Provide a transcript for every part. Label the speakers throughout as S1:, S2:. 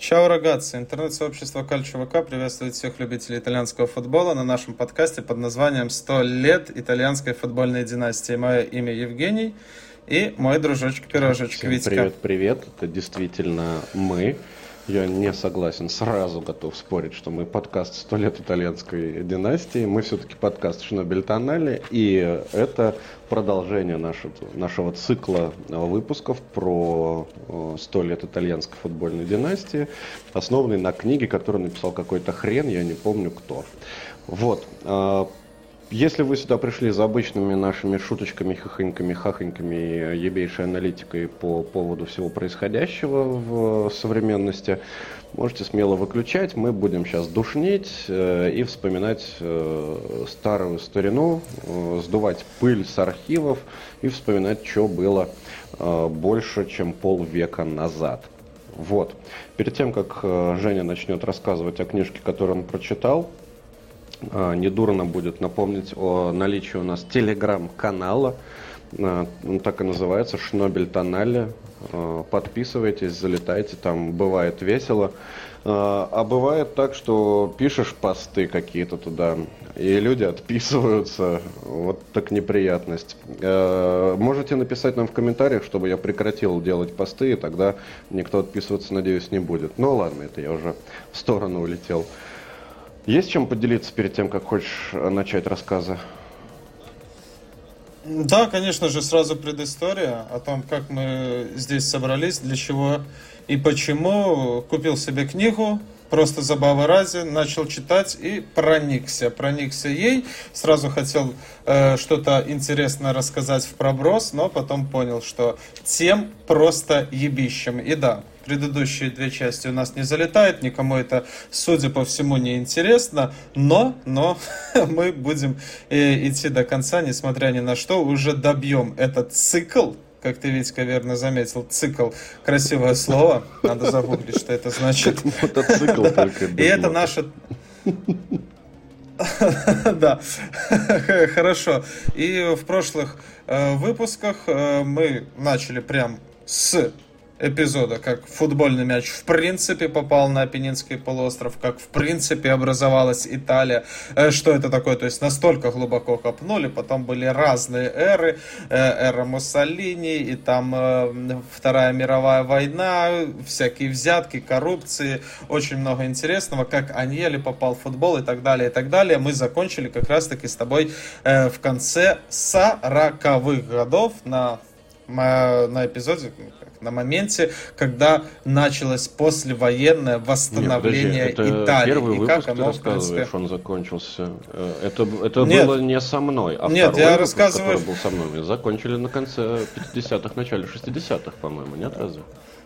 S1: Чао, рагацzi! Интернет-сообщество Calcio ВК приветствует всех любителей итальянского футбола на нашем подкасте под названием «100 лет итальянской футбольной династии». Мое имя Евгений и мой дружочек-пирожочек Витька.
S2: Привет, это действительно мы. Я не согласен, сразу готов спорить, что мы подкаст «100 лет итальянской династии». Мы все-таки подкаст «Шнобель Тонале», и это продолжение нашего цикла выпусков про 100 лет итальянской футбольной династии, основанный на книге, которую написал какой-то хрен, я не помню кто. Вот. Если вы сюда пришли за обычными нашими шуточками, хихоньками, хахоньками и ебейшей аналитикой по поводу всего происходящего в современности, можете смело выключать. Мы будем сейчас душнить и вспоминать старую старину, сдувать пыль с архивов и вспоминать, что было больше, чем полвека назад. Вот. Перед тем, как Женя начнет рассказывать о книжке, которую он прочитал, недурно будет напомнить о наличии у нас телеграм-канала. Он так и называется, «Шнобель Тонале». Подписывайтесь, залетайте, там бывает весело. А бывает так, что пишешь посты какие-то туда, и люди отписываются. Вот так неприятность. Можете написать нам в комментариях, чтобы я прекратил делать посты, и тогда никто отписываться, надеюсь, не будет. Ну ладно, это я уже в сторону улетел. Есть чем поделиться перед тем, как хочешь начать рассказы?
S1: Да, конечно же, сразу предыстория о том, как мы здесь собрались, для чего и почему. Купил себе книгу, просто забавы ради, начал читать и проникся ей. Сразу хотел что-то интересное рассказать в проброс, но потом понял, что тем просто ебищем. И да, предыдущие две части у нас не залетают, никому это, судя по всему, не интересно, но мы будем идти до конца, несмотря ни на что, уже добьем этот цикл. Как ты, Витька, верно заметил, цикл. Красивое слово. Надо загуглить, что это значит.
S2: Мотоцикл только.
S1: И это наше... Да, хорошо. И в прошлых выпусках мы начали прям с эпизода, как футбольный мяч в принципе попал на Апеннинский полуостров, как в принципе образовалась Италия, что это такое, то есть настолько глубоко копнули, потом были разные эры, эра Муссолини, и там Вторая мировая война, всякие взятки, коррупции, очень много интересного, как Аньелли попал в футбол и так далее, и так далее. Мы закончили как раз-таки с тобой в конце 40-х годов на эпизоде, на моменте, когда началось послевоенное восстановление Италии.
S2: Первый выпуск, ты рассказываешь, он закончился. Это было не со мной, а второй выпуск, который был со мной, мы закончили на конце 50-х, начале 60-х, по-моему, нет, разве?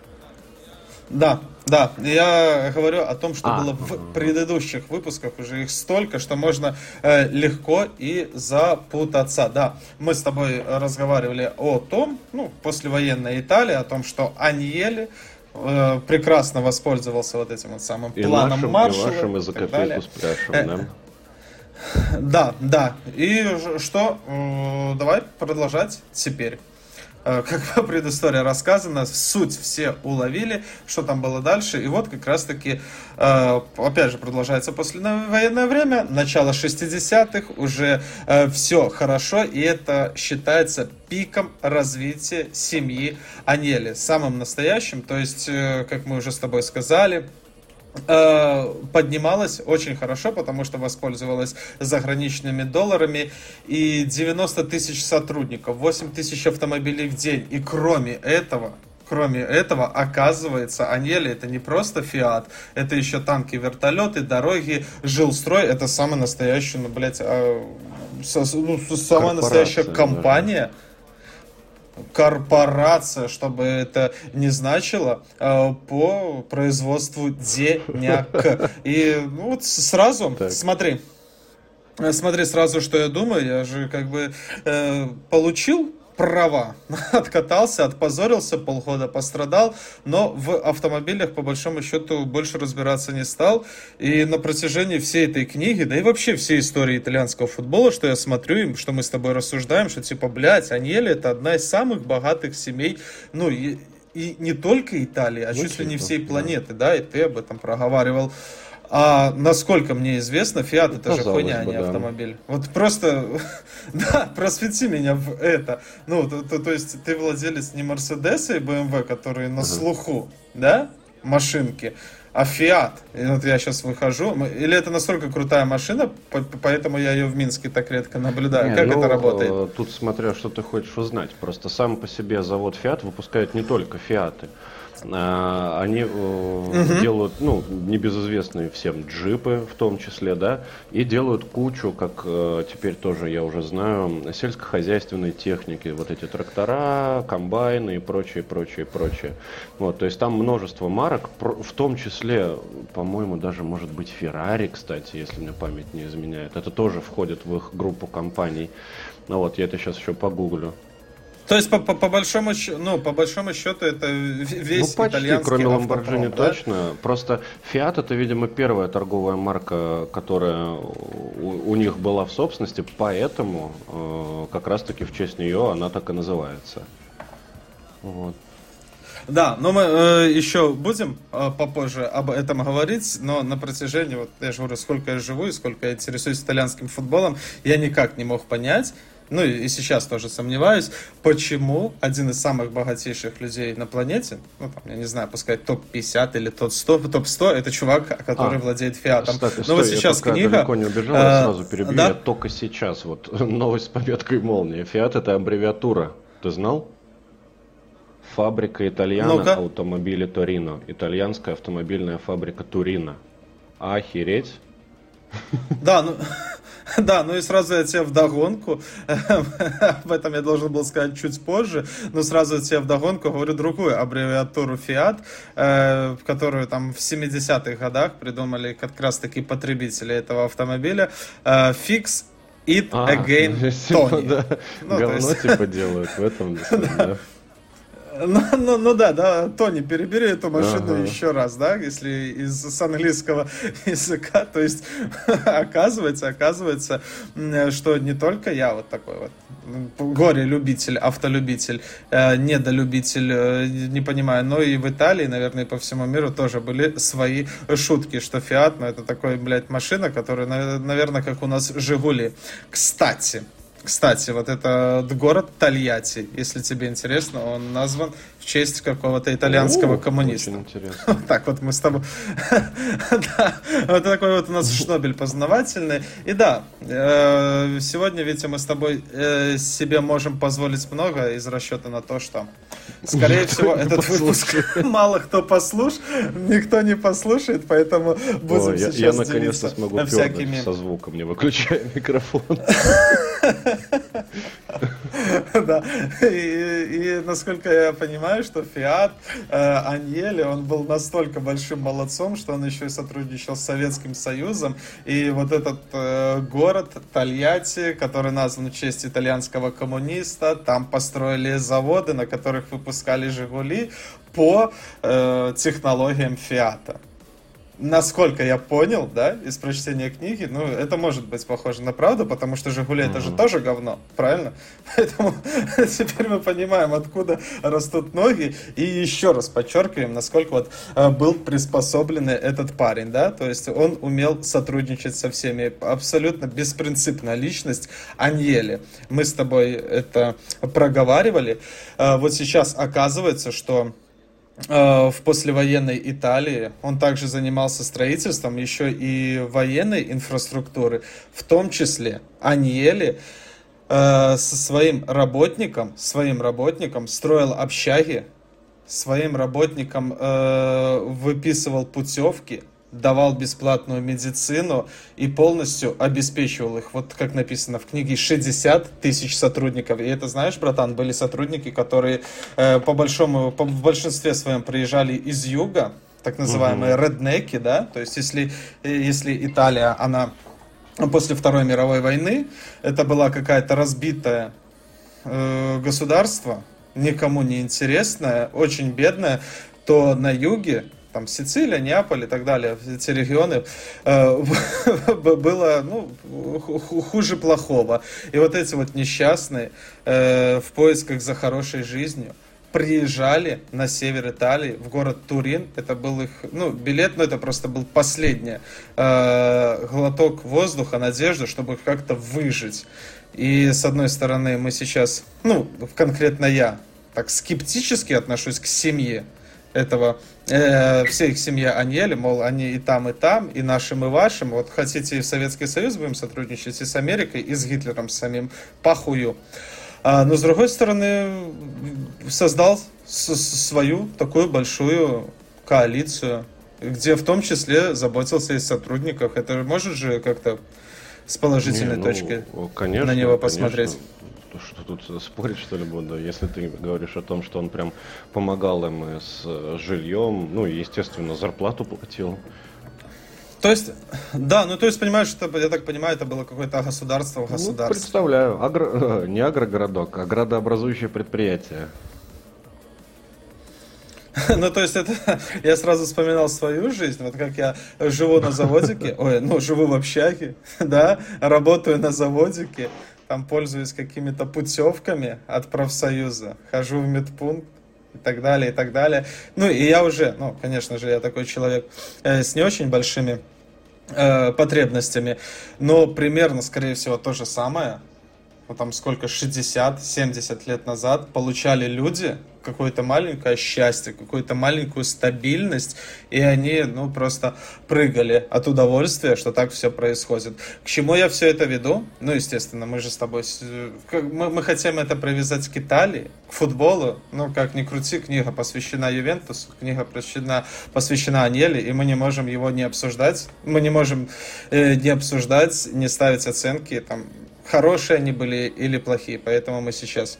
S2: Да, я говорю о том, что было в предыдущих выпусках, уже их столько, что можно легко и запутаться. Да, мы с тобой разговаривали о том, послевоенной Италии, о том, что Аньелли прекрасно воспользовался вот этим вот самым планом Маршалла. И вашим из-за копейку спрашиваем,
S1: да? Да. И что? Давай продолжать теперь. Как предыстория рассказана, суть все уловили, что там было дальше. И вот как раз-таки, опять же, продолжается послевоенное время, начало 60-х, уже все хорошо, и это считается пиком развития семьи Аньелли, самым настоящим, то есть, как мы уже с тобой сказали, поднималась очень хорошо, потому что воспользовалась заграничными долларами, и 90 тысяч сотрудников, 8 тысяч автомобилей в день. И кроме этого, оказывается, Аньелли это не просто Фиат, это еще танки, вертолеты, дороги, жилстрой, это самая настоящая, самая настоящая компания. Корпорация, чтобы это не значило, по производству денег. И вот сразу, смотри сразу, что я думаю, я же получил права, откатался, отпозорился, полгода пострадал, но в автомобилях по большому счету больше разбираться не стал. И на протяжении всей этой книги, да и вообще всей истории итальянского футбола, что я смотрю, что мы с тобой рассуждаем, что Аньелли это одна из самых богатых семей, и не только Италии, а
S2: Ну,
S1: чуть ли не
S2: типа,
S1: всей
S2: да.
S1: планеты, да, и ты об этом проговаривал. А насколько мне известно, Fiat это же
S2: Казалось
S1: хуйня, а
S2: бы,
S1: не
S2: да.
S1: автомобиль. Вот просто, да, просвети меня в это. Ну, то есть ты владелец не Мерседеса и BMW, которые на слуху, да, машинки, а Fiat. И вот я сейчас выхожу. Или это настолько крутая машина, поэтому я ее в Минске так редко наблюдаю.
S2: Не,
S1: Как
S2: ну,
S1: это работает?
S2: Тут смотря, что ты хочешь узнать. Просто сам по себе завод Fiat выпускает не только Фиаты. Они делают, ну, небезызвестные всем джипы, в том числе, да, и делают кучу, как теперь тоже я уже знаю, сельскохозяйственной техники. Вот эти трактора, комбайны и прочее, прочее, прочее. Вот, то есть там множество марок, в том числе, по-моему, даже может быть Ferrari, кстати, если мне память не изменяет. Это тоже входит в их группу компаний. Ну вот, я это сейчас еще погуглю.
S1: То есть, по большому счету, это весь
S2: почти,
S1: итальянский
S2: кроме
S1: автопром,
S2: Lamborghini,
S1: да?
S2: точно. Просто Fiat это, видимо, первая торговая марка, которая у них была в собственности, поэтому как раз-таки в честь нее она так и называется. Вот.
S1: Да, но мы еще будем попозже об этом говорить, но на протяжении, вот я же говорю, сколько я живу и сколько я интересуюсь итальянским футболом, я никак не мог понять, ну и сейчас тоже сомневаюсь, почему один из самых богатейших людей на планете, ну там, я не знаю, пускай топ-50 или топ-100, это чувак, который владеет Фиатом.
S2: Кстати,
S1: но вот сейчас
S2: я пока
S1: книга...
S2: далеко не убежал, я сразу перебью,
S1: да?
S2: я только сейчас, вот новость с пометкой молнии. Fiat это аббревиатура, ты знал? Фабрика Итальяна Автомобили Торино. Итальянская автомобильная фабрика Турино. Охереть?
S1: Да, ну и сразу я тебе вдогонку, об этом я должен был сказать чуть позже, но сразу я тебе вдогонку говорю другую аббревиатуру Fiat, которую там в 70-х годах придумали как раз таки потребители этого автомобиля. Fix it again, Tony.
S2: Да. Говно типа делают в этом, да.
S1: Ну да, Тони, перебери эту машину еще раз, да, если с английского языка, то есть оказывается, что не только я вот такой вот горе-любитель, автолюбитель, недолюбитель, не понимаю, но и в Италии, наверное, и по всему миру тоже были свои шутки, что Fiat, ну это такой, блядь, машина, которая, наверное, как у нас Жигули. Кстати, вот этот город Тольятти, если тебе интересно, он назван в честь какого-то итальянского коммуниста.
S2: Очень интересно.
S1: Вот так вот мы с тобой... Да, вот такой вот у нас шнобель познавательный. И да, сегодня, Витя, мы с тобой себе можем позволить много из расчета на то, что, скорее всего, этот выпуск мало кто послушает, никто не послушает, поэтому будем сейчас делиться.
S2: Я наконец-то смогу пердать со звуком, не выключая микрофон.
S1: Да. И насколько я понимаю, что Fiat Аньелли, он был настолько большим молодцом, что он еще и сотрудничал с Советским Союзом. И вот этот город Тольятти, который назван в честь итальянского коммуниста, там построили заводы, на которых выпускали Жигули по технологиям Фиата. Насколько я понял, да, из прочтения книги, ну, это может быть похоже на правду, потому что Жигули это же тоже говно, правильно? Поэтому теперь мы понимаем, откуда растут ноги, и еще раз подчеркиваем, насколько вот был приспособленный этот парень, да, то есть он умел сотрудничать со всеми, абсолютно беспринципная личность. Аньелли, мы с тобой это проговаривали, вот сейчас оказывается, что в послевоенной Италии он также занимался строительством еще и военной инфраструктуры, в том числе Аньелли со своим работником строил общаги, своим работникам выписывал путевки, давал бесплатную медицину и полностью обеспечивал их. Вот как написано в книге, 60 тысяч сотрудников. И это, знаешь, братан, были сотрудники, которые в большинстве своем приезжали из юга, так называемые реднеки, да, то есть если Италия, она после Второй мировой войны, это была какая-то разбитое государство, никому не интересное, очень бедное, то на юге, там Сицилия, Неаполь и так далее, эти регионы, было хуже плохого. И вот эти вот несчастные в поисках за хорошей жизнью приезжали на север Италии, в город Турин. Это был их, билет, но это просто был последний глоток воздуха, надежды, чтобы как-то выжить. И с одной стороны мы сейчас, конкретно я, так скептически отношусь к семье этого, всей их семье Аньели, мол, они и там, и нашим, и вашим. Вот хотите и в Советский Союз будем сотрудничать, и с Америкой, и с Гитлером самим, похую. Но с другой стороны, создал свою такую большую коалицию, где в том числе заботился и о сотрудниках. Это может же как-то с положительной точки
S2: конечно,
S1: на него посмотреть.
S2: Конечно. Что тут спорить, что ли, буду? Если ты говоришь о том, что он прям помогал им с жильем, и, естественно, зарплату платил.
S1: То есть, понимаешь, я так понимаю, это было какое-то государство в государстве.
S2: Представляю, не агрогородок, а градообразующее предприятие.
S1: Я сразу вспоминал свою жизнь, вот как я живу на заводике, живу в общаге, да, работаю на заводике, там пользуюсь какими-то путевками от профсоюза, хожу в медпункт и так далее, и так далее. И я уже, конечно же, я такой человек с не очень большими потребностями, но примерно, скорее всего, то же самое, там сколько, 60-70 лет назад получали люди какое-то маленькое счастье, какую-то маленькую стабильность, и они, просто прыгали от удовольствия, что так все происходит. К чему я все это веду? Естественно, мы же с тобой, мы хотим это привязать к Италии, к футболу, как ни крути, книга посвящена Ювентусу, книга посвящена Аньели, и мы не можем его не обсуждать, не ставить оценки, хорошие они были или плохие, поэтому мы сейчас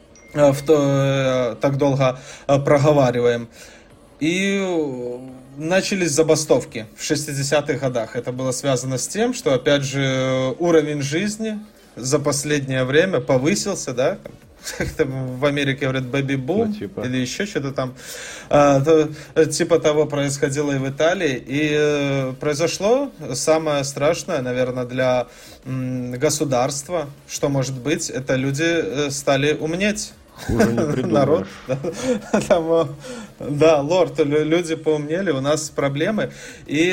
S1: так долго проговариваем. И начались забастовки в 60-х годах. Это было связано с тем, что, опять же, уровень жизни за последнее время повысился, да, в Америке говорят бэби-бум, или еще что-то там, типа того происходило и в Италии, и произошло самое страшное, наверное, для государства, что может быть, это люди стали умнеть.
S2: Хуже не придумаешь.
S1: Народ, лорд, люди поумнели, у нас проблемы, и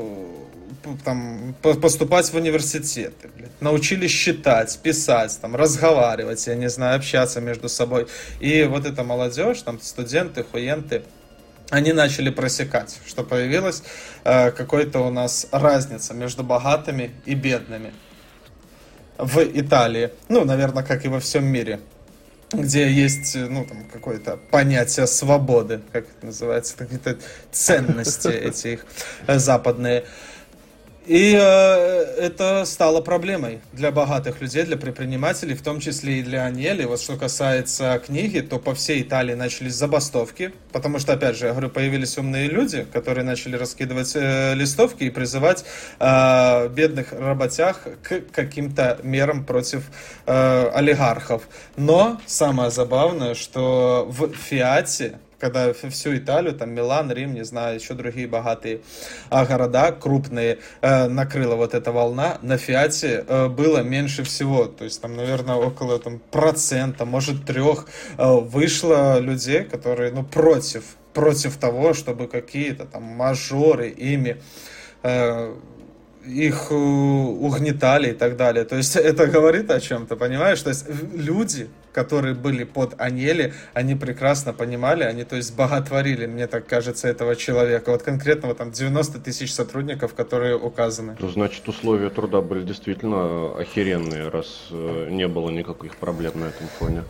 S1: поступать в университеты, научились считать, писать, разговаривать, я не знаю, общаться между собой. И вот эта молодежь, студенты, хуенты, они начали просекать, что появилась какая-то у нас разница между богатыми и бедными в Италии. Наверное, как и во всем мире, где есть, какое-то понятие свободы, как это называется, какие-то ценности эти их западные. И это стало проблемой для богатых людей, для предпринимателей, в том числе и для Аньели. Вот что касается книги, то по всей Италии начались забастовки, потому что, опять же, я говорю, появились умные люди, которые начали раскидывать листовки и призывать бедных работяг к каким-то мерам против олигархов. Но самое забавное, что в Фиате, когда всю Италию, Милан, Рим, не знаю, еще другие богатые города, крупные, накрыла вот эта волна, на Фиате было меньше всего, то есть наверное, около процента, может 3% вышло людей, которые, против того, чтобы какие-то мажоры ими их угнетали и так далее. То есть это говорит о чем-то, понимаешь? То есть люди, которые были под Аньели, они прекрасно понимали, они, то есть, боготворили, мне так кажется, этого человека. Вот конкретно 90 тысяч сотрудников, которые указаны.
S2: Значит, условия труда были действительно охеренные, раз не было никаких проблем на этом фоне.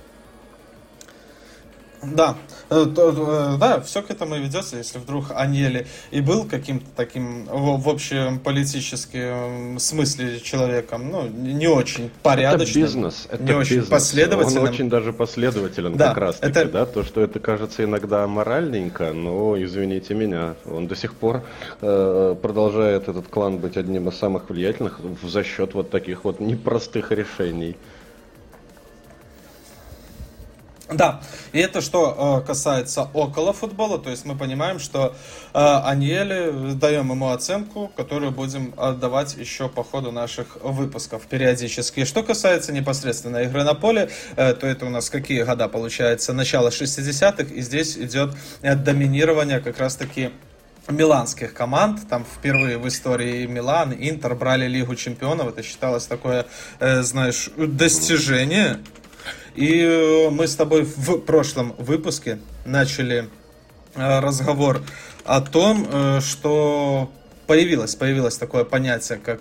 S1: Да, все к этому и ведется, если вдруг Аньели и был каким-то таким в общем политическом смысле человеком, не очень порядочным,
S2: это
S1: не очень
S2: бизнес.
S1: последовательным.
S2: Он очень даже последователен, как раз таки, то, что это кажется иногда аморальненько, но, извините меня, он до сих пор продолжает этот клан быть одним из самых влиятельных за счет вот таких вот непростых решений.
S1: Да, и это что касается около футбола, то есть мы понимаем, что Аньеле даем ему оценку, которую будем отдавать еще по ходу наших выпусков периодически. И что касается непосредственно игры на поле, то это у нас какие года получается? Начало 60-х, и здесь идет доминирование как раз-таки миланских команд. Там впервые в истории Милан, Интер брали Лигу чемпионов, это считалось такое, знаешь, достижение. И мы с тобой в прошлом выпуске начали разговор о том, что появилось такое понятие, как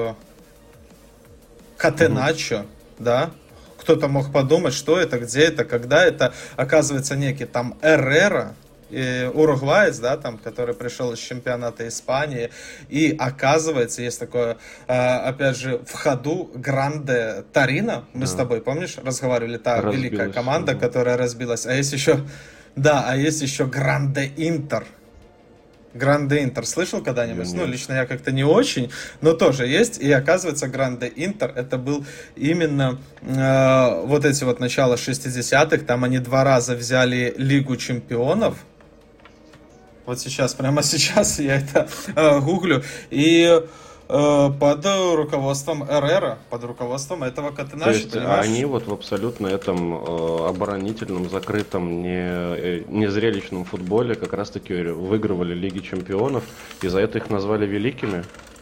S1: катеначо, да? Кто-то мог подумать, что это, где это, когда это. Оказывается, некий там Эррера, уругваец, да, там, который пришел из чемпионата Испании, и оказывается, есть такое, опять же, в ходу Гранде Торино, мы с тобой, помнишь, разговаривали, та великая команда, которая разбилась, а есть еще Гранде Интер. Гранде Интер слышал когда-нибудь? Ну, лично я как-то не очень, но тоже есть. И оказывается, Гранде Интер это был именно вот эти вот начало 60-х. Там они 2 раза взяли Лигу чемпионов. Вот сейчас, прямо сейчас я это гуглю. И под руководством Эррера, под руководством этого Катеначо.
S2: То есть они вот в абсолютно этом оборонительном, закрытом, незрелищном футболе как раз-таки выигрывали Лиги Чемпионов, и за это их назвали великими?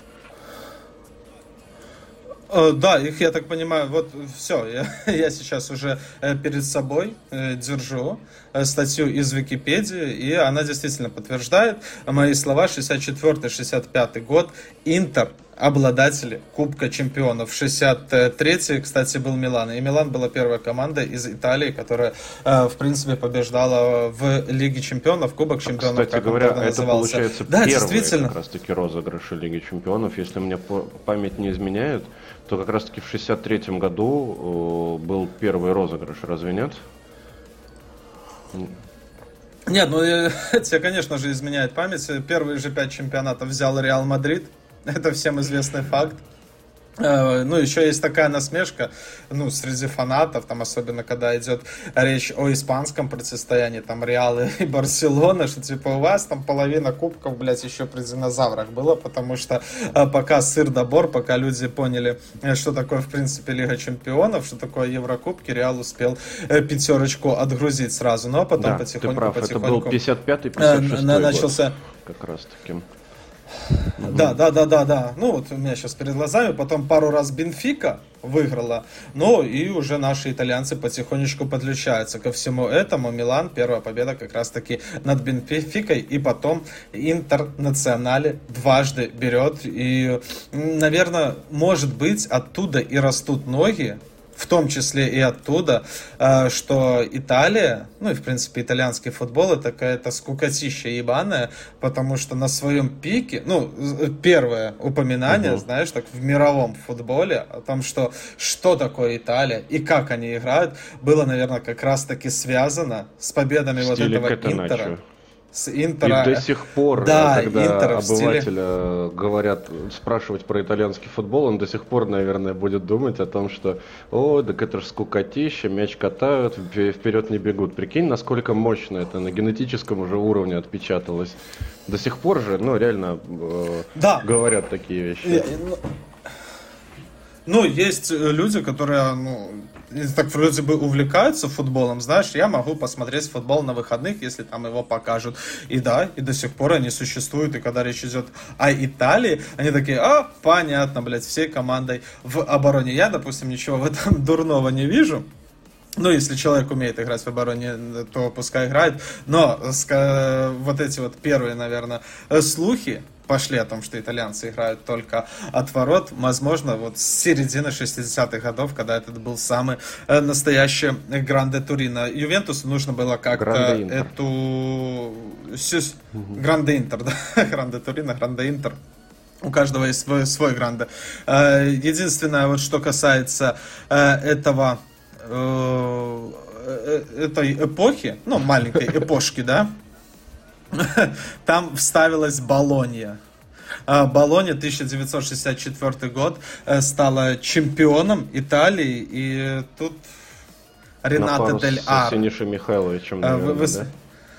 S1: Да, их, я так понимаю, вот все, я сейчас уже перед собой держу статью из Википедии, и она действительно подтверждает мои слова. 64-65 год, Интер обладатели Кубка Чемпионов. 63-й, кстати, был Милан. И Милан была первая команда из Италии, которая, в принципе, побеждала в Лиге Чемпионов, Кубок Чемпионов,
S2: кстати говоря, это получается первый как раз-таки розыгрыш Лиги Чемпионов. Если мне память не изменяет, то как раз-таки в 63-м году был первый розыгрыш, разве нет?
S1: Нет, ну тебе, конечно же, изменяет память. Первые же 5 чемпионатов взял Реал Мадрид. Это всем известный факт. Ну, еще есть такая насмешка, ну, среди фанатов, там, особенно, когда идет речь о испанском противостоянии, там, Реал и Барселона, что, типа, у вас там половина кубков, блядь, еще при динозаврах было, потому что пока сыр да бор, пока люди поняли, что такое, в принципе, Лига Чемпионов, что такое Еврокубки, Реал успел 5 отгрузить сразу, но потом
S2: да,
S1: потихоньку...
S2: ты прав, это был 55-й, 56-й
S1: начался...
S2: год, как раз-таки.
S1: Да. Ну вот у меня сейчас перед глазами. Потом пару раз Бенфика выиграла. Ну и уже наши итальянцы потихонечку подключаются ко всему этому. Милан, первая победа как раз таки над Бенфикой. И потом Интернационале дважды берет. И, наверное, может быть, оттуда и растут ноги. В том числе и оттуда, что Италия, ну и в принципе итальянский футбол, это какая-то скукотища ебаная, потому что на своем пике, ну, первое упоминание, знаешь, так в мировом футболе о том, что такое Италия и как они играют, было, наверное, как раз таки связано с победами вот этого Интера.
S2: Интера. И до сих пор,
S1: да,
S2: когда
S1: Интера
S2: обывателя говорят, спрашивать про итальянский футбол, он до сих пор, наверное, будет думать о том, что «О, так это ж скукотища, мяч катают, вперед не бегут». Прикинь, насколько мощно это на генетическом уже уровне отпечаталось. До сих пор же, ну, реально говорят такие вещи.
S1: Ну, есть люди, которые, ну, так вроде бы увлекаются футболом, знаешь, я могу посмотреть футбол на выходных, если там его покажут. И да, и до сих пор они существуют, и когда речь идет о Италии, они такие, понятно, блядь, всей командой в обороне. Я, допустим, ничего в этом дурного не вижу. Ну, если человек умеет играть в обороне, то пускай играет. Но вот эти вот первые, наверное, слухи пошли о том, что итальянцы играют только от ворот, возможно, вот с середины 60-х годов, когда это был самый настоящий Гранде Торино. Ювентусу нужно было как-то эту... Гранде Интер, да? Гранде Торино, Гранде Интер. У каждого есть свой Гранде. Единственное, вот что касается этой эпохи, ну, маленькой эпошки, да, там вставилась Болонья. Болонья 1964 год стала чемпионом Италии, и тут Рената Дель Ара.
S2: С Синишей Михайловичем, наверное, да?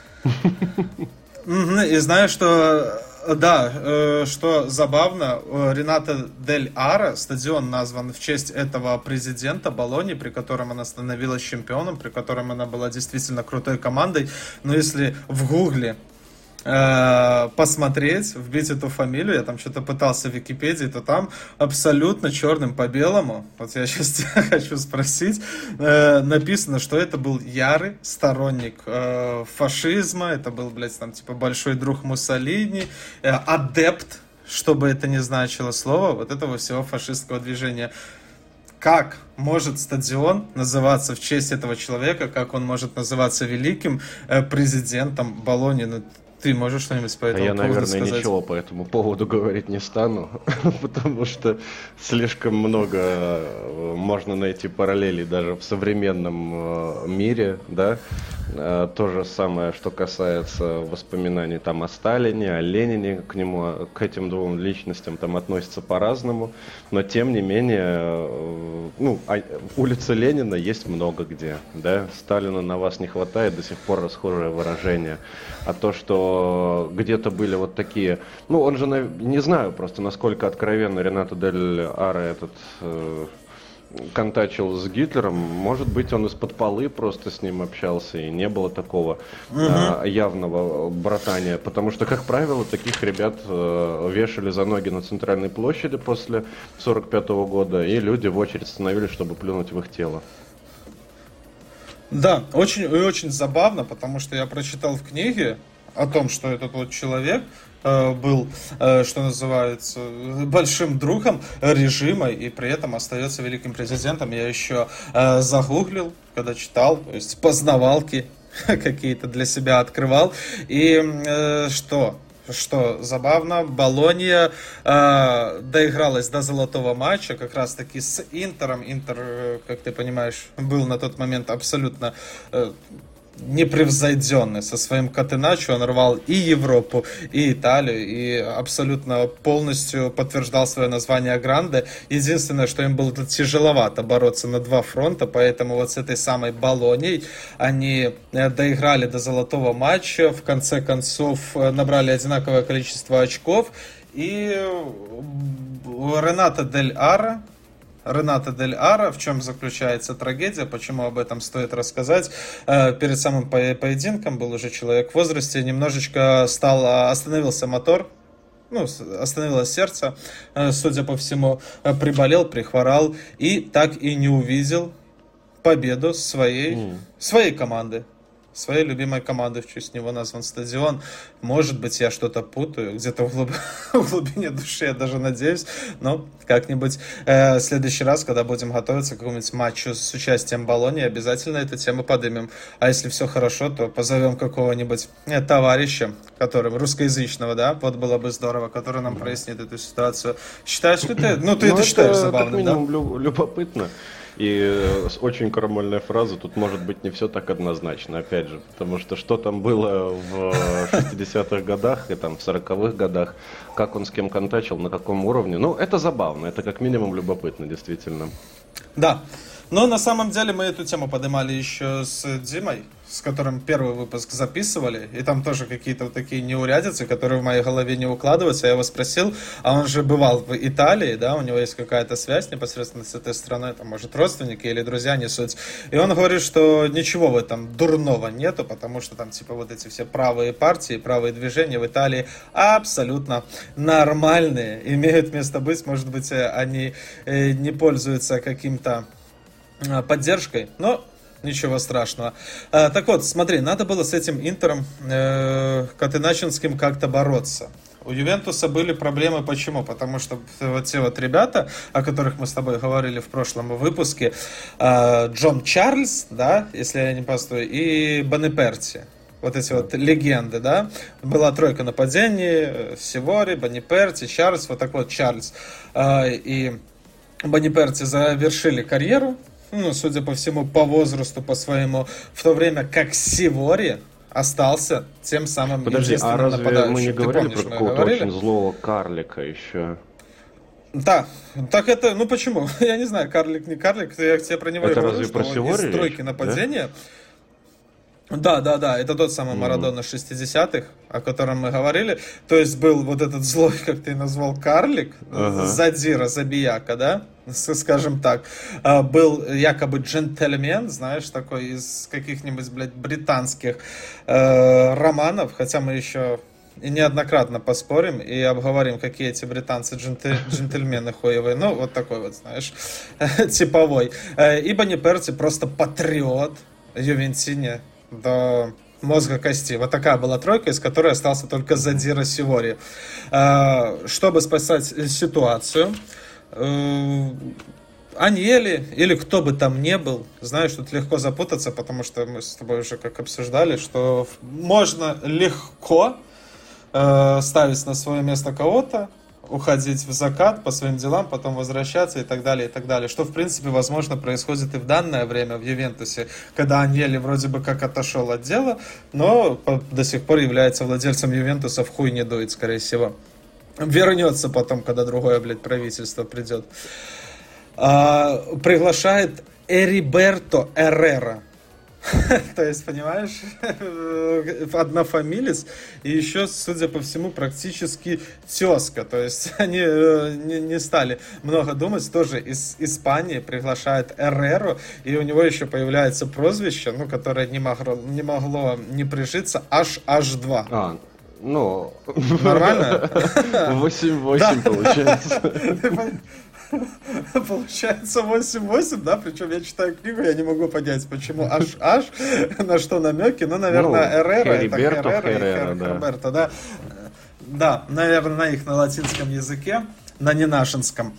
S1: И знаю, что... Да, что забавно, Рената Дель Ара, стадион назван в честь этого президента Болоньи, при котором она становилась чемпионом, при котором она была действительно крутой командой. Но если в Гугле посмотреть, вбить эту фамилию, я там что-то пытался в Википедии, то там абсолютно черным по белому, вот я сейчас тебя хочу спросить, написано, что это был ярый сторонник фашизма, это был, блядь, там типа большой друг Муссолини, адепт, что бы это ни значило слово, вот этого всего фашистского движения. Как может стадион называться в честь этого человека, как он может называться великим президентом Болоньи? Ну, ты можешь что-нибудь по этому поводу сказать?
S2: Я, наверное, ничего по этому поводу говорить не стану, потому что слишком много можно найти параллелей даже в современном мире, да. То же самое, что касается воспоминаний там о Сталине, о Ленине, к этим двум личностям там относятся по-разному, но тем не менее, улица Ленина есть много где, да, Сталина на вас не хватает, до сих пор расхожее выражение, а то, что где-то были вот такие, он же, не знаю просто, насколько откровенно Рената Дель Ара этот... контачил с Гитлером, может быть, он из-под полы просто с ним общался, и не было такого явного братания, потому что, как правило, таких ребят вешали за ноги на центральной площади после 1945 года, и люди в очередь становились, чтобы плюнуть в их тело.
S1: Да, очень забавно, потому что я прочитал в книге о том, что этот вот человек был, что называется, большим другом режима и при этом остается великим президентом. Я еще загуглил, когда читал, то есть познавалки какие-то для себя открывал. И что забавно, Болонья доигралась до золотого матча, как раз таки с Интером. Интер, как ты понимаешь, был на тот момент абсолютно непревзойденный со своим Катеначо, он рвал и Европу, и Италию, и абсолютно полностью подтверждал свое название Гранде. Единственное, что им было тяжеловато бороться на два фронта, поэтому вот с этой самой Болоньей они доиграли до золотого матча, в конце концов набрали одинаковое количество очков, и Рената Дель Ара, в чем заключается трагедия, почему об этом стоит рассказать. Перед самым поединком был уже человек в возрасте, немножечко остановился мотор, остановилось сердце, судя по всему, приболел, прихворал и так и не увидел победу своей команды. Своей любимой команды, в честь него назван стадион. Может быть, я что-то путаю, где-то в глубине души, я даже надеюсь, но как-нибудь в следующий раз, когда будем готовиться к какому-нибудь матчу с участием Болоньи, обязательно эту тему поднимем. А если все хорошо, то позовем какого-нибудь товарища, русскоязычного, да, вот было бы здорово, который нам прояснит эту ситуацию. Считаешь ли ты? Ты это считаешь забавным, да?
S2: Как минимум любопытно. И очень крамольная фраза, тут может быть не все так однозначно, опять же, потому что там было в 60-х годах и там в 40-х годах, как он с кем контачил, на каком уровне, это забавно, это как минимум любопытно, действительно.
S1: Да, но на самом деле мы эту тему поднимали еще с Димой, с которым первый выпуск записывали, и там тоже какие-то вот такие неурядицы, которые в моей голове не укладываются. Я его спросил, а он же бывал в Италии, да, у него есть какая-то связь непосредственно с этой страной, там, может, родственники или друзья, не суть. И он говорит, что ничего в этом дурного нету, потому что там, типа, вот эти все правые партии, правые движения в Италии абсолютно нормальные, имеют место быть, может быть, они не пользуются каким-то поддержкой, но ничего страшного. Так вот, смотри, надо было с этим Интером Катеначинским как-то бороться. У Ювентуса были проблемы. Почему? Потому что вот те вот ребята, о которых мы с тобой говорили в прошлом выпуске, Джон Чарльз, да, если я не путаю, и Бониперти. Вот эти вот легенды, да. Была тройка нападений, Сивори, Бониперти, Чарльз, вот так вот Чарльз. И Бониперти завершили карьеру, судя по всему, по возрасту, по своему, в то время как Сивори остался тем самым
S2: единственным нападающим. Подожди, а разве мы не говорили
S1: помнишь,
S2: про какого-то очень злого карлика еще?
S1: Да, так это, ну почему? Я не знаю, карлик, не карлик, я тебе про него
S2: это
S1: говорю,
S2: разве про
S1: что
S2: Сивори
S1: из тройки
S2: речь,
S1: нападения... Да, это тот самый
S2: да?
S1: Марадона 60-х, о котором мы говорили. То есть был вот этот злой, как ты назвал, карлик, задира, забияка, да, скажем так. Был якобы джентльмен, знаешь, такой из каких-нибудь, блядь, британских романов, хотя мы еще и неоднократно поспорим и обговорим, какие эти британцы джентльмены хуевые. Ну, вот такой вот, знаешь, типовой. И Бониперти просто патриот Ювентини до мозга кости. Вот такая была тройка, из которой остался только Задира Сивори. Чтобы спасать ситуацию, Аньели, или кто бы там ни был, знаешь, тут легко запутаться, потому что мы с тобой уже как обсуждали, что можно легко ставить на свое место кого-то, уходить в закат по своим делам, потом возвращаться и так далее, и так далее. Что, в принципе, возможно, происходит и в данное время в Ювентусе, когда Аньели вроде бы как отошел от дела, но до сих пор является владельцем Ювентуса, в хуй не дует, скорее всего. Вернется потом, когда другое, блядь, правительство придет. Приглашает Эриберто Эррера. То есть, понимаешь, однофамилец, и еще, судя по всему, практически тезка. То есть они не стали много думать. Тоже из Испании приглашает Эрреру, и у него еще появляется прозвище, ну, которое не могло не прижиться, H2.
S2: Ну,
S1: нормально?
S2: 8-8 получается.
S1: Получается 8-8, да? Причем я читаю книгу, я не могу понять, почему H, на что намеки. Ну, наверное, Эррера, это Херрера и Херберто, да? Да, наверное, на латинском языке, на ненашинском.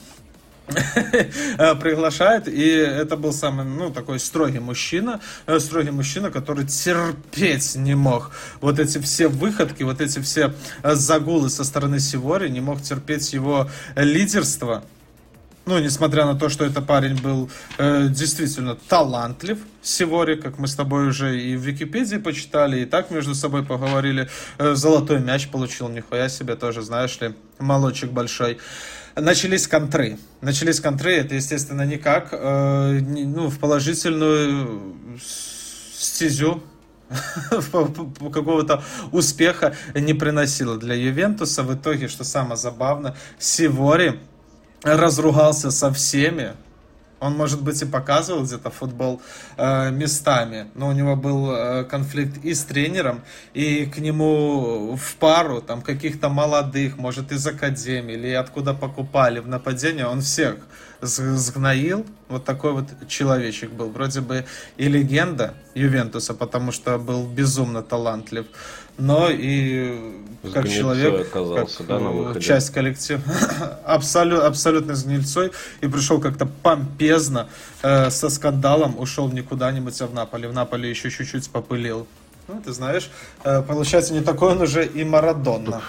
S1: Приглашает, и это был самый, ну, такой строгий мужчина, который терпеть не мог вот эти все выходки, вот эти все загулы со стороны Сивори, не мог терпеть его лидерство. Ну, несмотря на то, что этот парень был действительно талантлив, Сивори, как мы с тобой уже и в Википедии почитали, и так между собой поговорили. Золотой мяч получил, нихуя себе, тоже, знаешь ли, молодчик большой. Начались контры, это, естественно, никак, в положительную стезю какого-то успеха не приносило для Ювентуса. В итоге, что самое забавное, Сивори разругался со всеми. Он, может быть, и показывал где-то футбол местами, но у него был конфликт и с тренером, и к нему в пару там каких-то молодых, может, из академии или откуда покупали в нападение, он всех сгноил. Вот такой вот человечек был. Вроде бы и легенда Ювентуса, потому что был безумно талантлив, но и как человек,
S2: оказался,
S1: как часть коллектива, абсолютно с гнильцой, и пришел как-то помпезно, со скандалом, ушел не куда-нибудь, а в Наполе. В Наполе еще чуть-чуть попылил. Ну, ты знаешь, получается, не такой он уже и Марадона.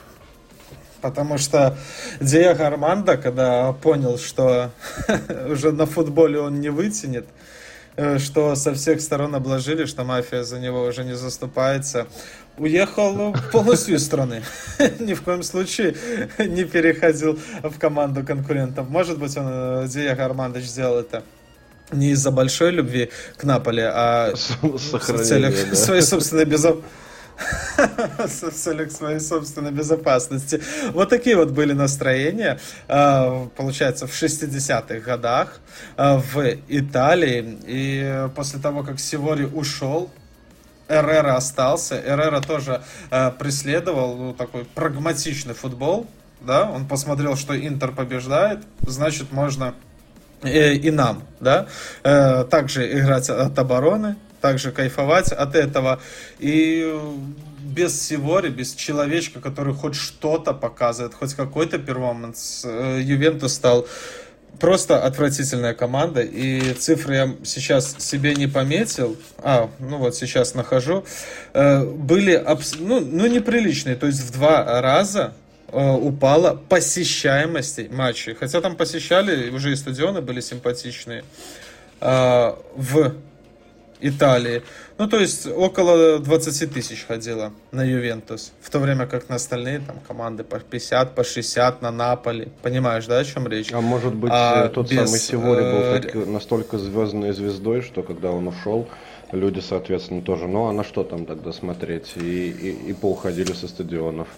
S1: Потому что Диего Армандо, когда понял, что уже на футболе он не вытянет, что со всех сторон обложили, что мафия за него уже не заступается, уехал полностью из страны. Ни в коем случае не переходил в команду конкурентов. Может быть, он, Диего Армандо, сделал это не из-за большой любви к Наполи, а в целях своей собственной безопасности. Вот такие вот были настроения, получается, в 60-х годах в Италии. И после того, как Сивори ушел, Эррера остался. Эррера тоже преследовал такой прагматичный футбол. Да? Он посмотрел, что Интер побеждает, значит, можно и нам, да, также играть от обороны, также кайфовать от этого. И без Сивори, без человечка, который хоть что-то показывает, хоть какой-то перформанс, Ювентус стал просто отвратительная команда. И цифры я сейчас себе не пометил, вот сейчас нахожу, были неприличные, то есть в 2 раза упала посещаемость матчей. Хотя там посещали, уже и стадионы были симпатичные. В Италии. Ну, то есть около 20 тысяч ходило на Ювентус, в то время как на остальные там команды по 50, по 60, на Наполи. Понимаешь, да, о чем речь?
S2: А может быть, тот самый Сивори был настолько звездной звездой, что когда он ушел, люди, соответственно, тоже, ну а на что там тогда смотреть? И поуходили со стадионов.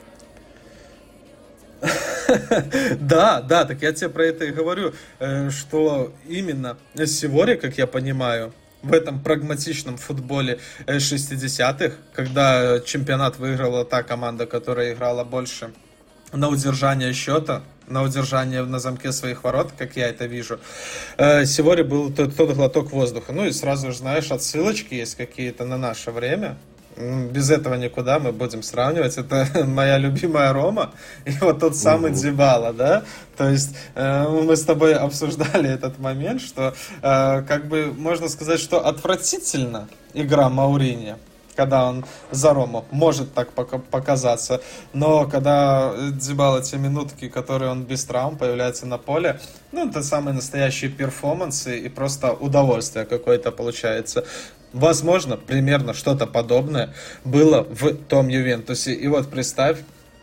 S1: Да, так я тебе про это и говорю, что именно Сивори, как я понимаю, в этом прагматичном футболе 60-х, когда чемпионат выиграла та команда, которая играла больше на удержание счета, на удержание на замке своих ворот, как я это вижу, Сивори был тот глоток воздуха. Ну и сразу же, знаешь, отсылочки есть какие-то на наше время. Без этого никуда, мы будем сравнивать. Это моя любимая Рома и вот тот самый Дибала, да? То есть мы с тобой обсуждали этот момент, что как бы можно сказать, что отвратительно игра Мауриньо, когда он за Рому, может так показаться, но когда Дибала те минутки, которые он без травм появляется на поле, ну, это самые настоящие перформансы и просто удовольствие какое-то получается. Возможно, примерно что-то подобное было в том Ювентусе. И вот представь,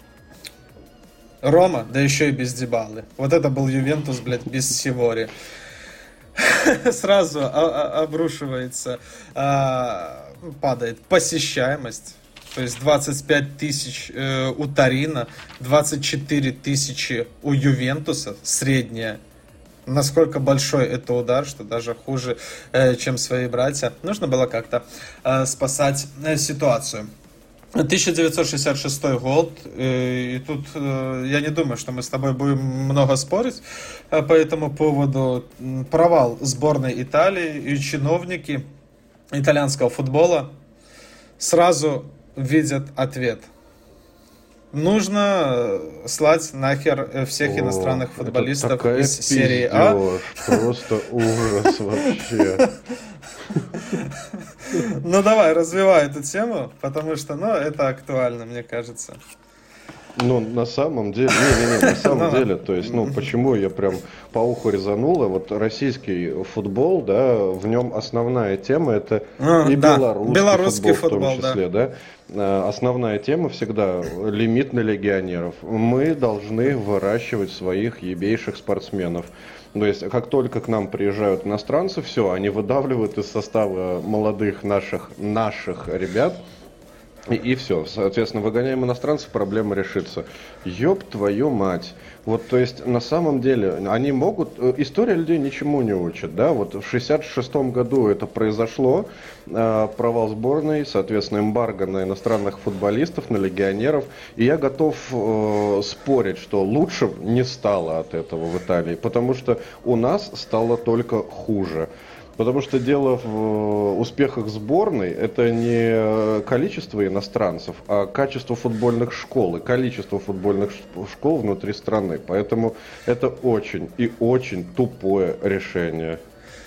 S1: Рома, да еще и без Дибалы. Вот это был Ювентус, блядь, без Сивори. Сразу обрушивается, падает посещаемость. То есть 25 тысяч у Торино, 24 тысячи у Ювентуса, средняя. Насколько большой это удар, что даже хуже, чем свои братья. Нужно было как-то спасать ситуацию. 1966 год, и тут я не думаю, что мы с тобой будем много спорить по этому поводу. Провал сборной Италии, и чиновники итальянского футбола сразу видят ответ. Нужно слать нахер всех иностранных футболистов из серии А.
S2: Просто ужас вообще.
S1: Ну давай, развивай эту тему, потому что, это актуально, мне кажется.
S2: Ну, на самом деле, на самом деле, то есть, почему я прям по уху резануло, вот российский футбол, да, в нем основная тема это и белорусский футбол в том числе, да. Основная тема всегда лимит на легионеров. Мы должны выращивать своих ебейших спортсменов. То есть, как только к нам приезжают иностранцы, все, они выдавливают из состава молодых наших ребят. И все, соответственно, выгоняем иностранцев, проблема решится. Ёб твою мать. Вот, то есть, на самом деле, они могут... История людей ничему не учит, да? Вот в 66-м году это произошло, провал сборной, соответственно, эмбарго на иностранных футболистов, на легионеров. И я готов спорить, что лучше не стало от этого в Италии, потому что у нас стало только хуже. Потому что дело в успехах сборной – это не количество иностранцев, а качество футбольных школ и количество футбольных школ внутри страны. Поэтому это очень и очень тупое решение.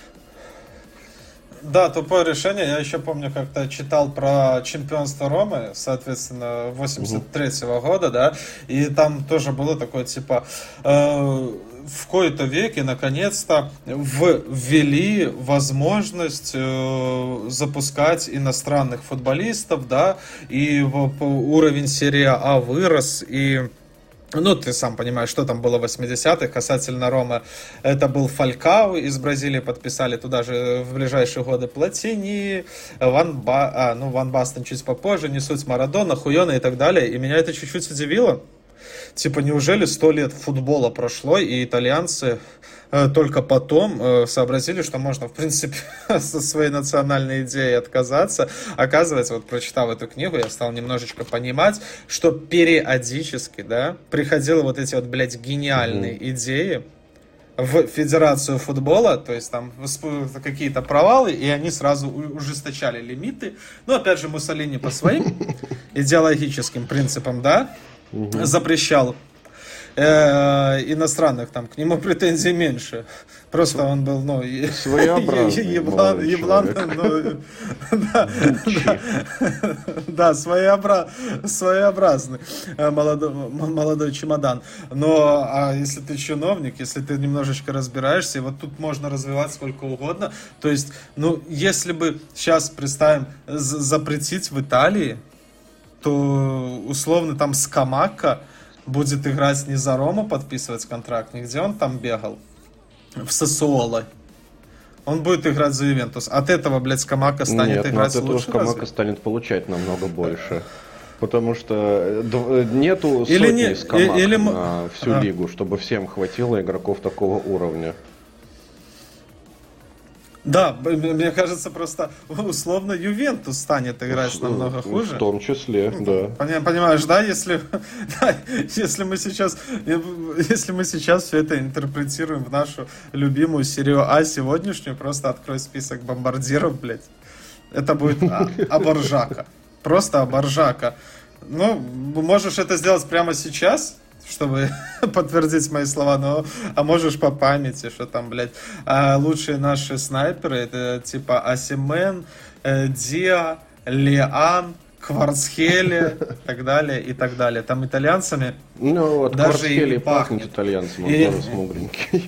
S1: Да, тупое решение. Я еще помню, как-то читал про чемпионство Ромы, соответственно, 83-го года, да, и там тоже было такое, типа, в кои-то веке, наконец-то, ввели возможность запускать иностранных футболистов, да, и уровень серии А вырос, и... Ну, ты сам понимаешь, что там было в 80-х касательно Ромы. Это был Фалькау из Бразилии, подписали туда же в ближайшие годы Платини, Ван Бастен чуть попозже, не суть Марадона, Хуйона и так далее. И меня это чуть-чуть удивило. Типа, неужели 100 лет футбола прошло, и итальянцы только потом сообразили, что можно, в принципе, со своей национальной идеей отказаться. Оказывается, вот прочитав эту книгу, я стал немножечко понимать, что периодически, да, приходили вот эти вот, блядь, гениальные идеи в Федерацию футбола, то есть там какие-то провалы, и они сразу ужесточали лимиты. Но, опять же, Муссолини по своим идеологическим принципам, да, запрещал иностранных, там к нему претензий меньше. Просто он был, ну,
S2: своеобразный
S1: еблан, да, своеобразный молодой чемодан. Но а если ты чиновник, если ты немножечко разбираешься, и вот тут можно развивать сколько угодно. То есть, ну, если бы сейчас, представим, запретить в Италии, то условно там Скамакка будет играть не за Рому, подписывать контракт, не где он там бегал, в Сассуоло. Он будет играть за Ювентус. От этого, блядь, Скамакка станет играть лучше.
S2: От этого Скамакка станет получать намного больше. Потому что нету сотни Скамак на всю лигу, чтобы всем хватило игроков такого уровня.
S1: Да, мне кажется, просто условно Ювентус станет играть намного хуже.
S2: В том числе, да.
S1: Понимаешь, да, если мы сейчас все это интерпретируем в нашу любимую серию А сегодняшнюю, просто открой список бомбардиров, блядь. Это будет Аборжака. Просто Аборжака. Ну, можешь это сделать прямо сейчас, чтобы подтвердить мои слова, а можешь по памяти, что там, блядь, лучшие наши снайперы, это типа Асимен, Диа, Лиан, Кварцхеле, и так далее. Там итальянцами
S2: ну, вот
S1: даже
S2: Кварцхеле
S1: и
S2: пахнет итальянцем, он тоже смугленький.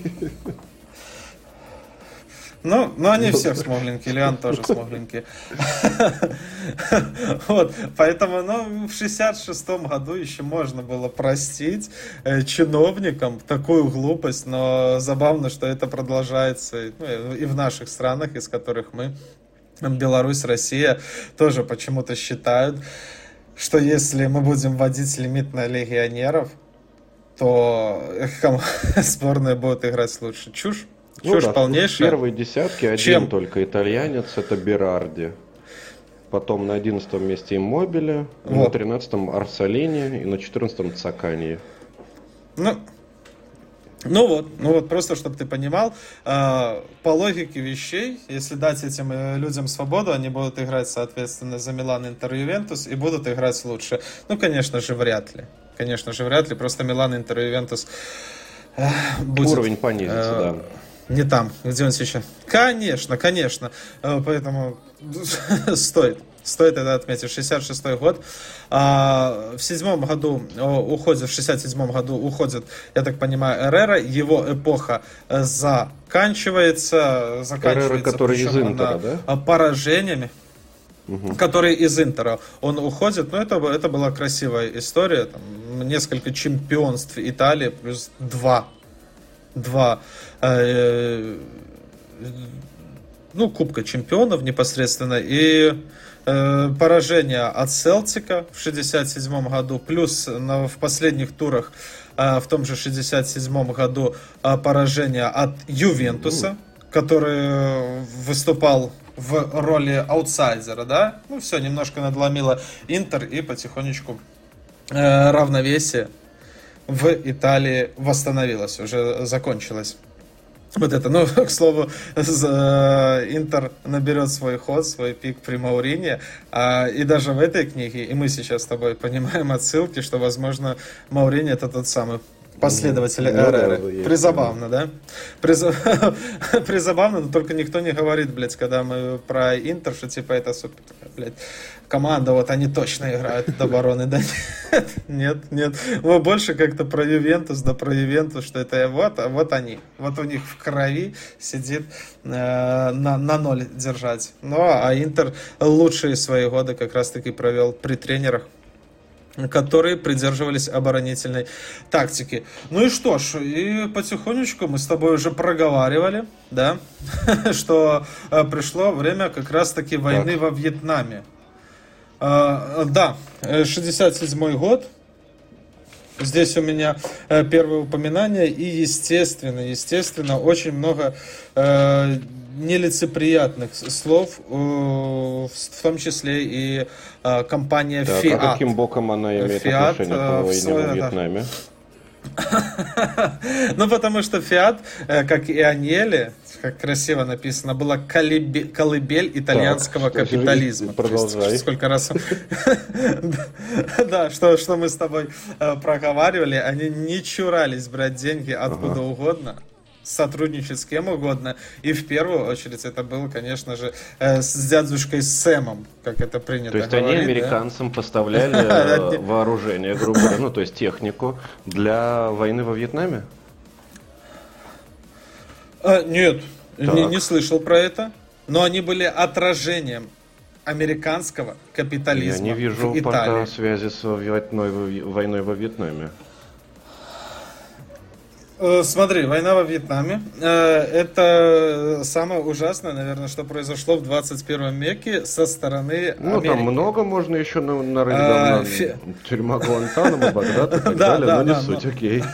S1: Ну, они все смугленькие, Лиан тоже смугленький. Вот, поэтому, в 66-м году еще можно было простить чиновникам такую глупость, но забавно, что это продолжается и в наших странах, из которых мы, Беларусь, Россия, тоже почему-то считают, что если мы будем вводить лимит на легионеров, то сборная будет играть лучше. Чушь полнейшая.
S2: В первой десятке один только итальянец, это Берарди. Потом на 11-м месте Иммобиле, на 13-м Арсалини и на 14-м Цаканьи.
S1: Ну вот, просто чтобы ты понимал, по логике вещей, если дать этим людям свободу, они будут играть, соответственно, за Милан, Интер, Ювентус и будут играть лучше. Конечно же, вряд ли. Просто Милан, Интер, Ювентус будет...
S2: Уровень понизится, да.
S1: Не там, где он сейчас. Конечно. Поэтому стоит это отметить. 66-й год. В 67 году уходит, я так понимаю, Эррера. Его эпоха заканчивается.
S2: Эррера, который из Интера, да?
S1: Поражениями. Который из Интера. Он уходит, но это была красивая история. Там, несколько чемпионств Италии, плюс два Кубка чемпионов непосредственно и поражение от Селтика в 67 году, плюс в последних турах в том же 67 году поражение от Ювентуса, который выступал в роли аутсайдера, да? Все, немножко надломило Интер и потихонечку равновесие в Италии восстановилось, уже закончилось. Вот это, к слову, Интер наберет свой ход, свой пик при Маурине, и даже в этой книге, и мы сейчас с тобой понимаем отсылки, что, возможно, Маурини это тот самый последователь Эрреры. Призабавно, да? Призабавно, но только никто не говорит, блядь, когда мы про Интер, что типа это супер, блядь, команда, вот они точно играют от обороны, да? Нет. Мы больше как-то про Ювентус, что это вот они. Вот у них в крови сидит на ноль держать. А Интер лучшие свои годы как раз-таки провел при тренерах, которые придерживались оборонительной тактики. И что ж, и потихонечку мы с тобой уже проговаривали, да, что пришло время как раз-таки войны во Вьетнаме. Да, 67-й год. Здесь у меня первое упоминание, и естественно, очень много нелицеприятных слов, в том числе и компания Fiat.
S2: А каким боком она имеет отношение к войне во Вьетнаме?
S1: Ну, потому что Fiat, как и Agnelli, как красиво написано, была колыбель итальянского капитализма.
S2: Продолжай.
S1: Сколько раз... Да, что мы с тобой проговаривали, они не чурались брать деньги откуда угодно, сотрудничать с кем угодно. И в первую очередь это было, конечно же, с дядюшкой Сэмом, как это принято говорить.
S2: То есть они американцам поставляли вооружение, грубо говоря, ну то есть технику для войны во Вьетнаме?
S1: Нет, не слышал про это. Но они были отражением американского капитализма.
S2: Я не вижу порта связи с войной во Вьетнаме.
S1: Смотри, война во Вьетнаме. Это самое ужасное, наверное, что произошло в 21 веке со стороны Америки.
S2: Ну, там много можно еще нарыть. Тюрьма Гуантанамо, Багдад и так далее, но не суть, окей.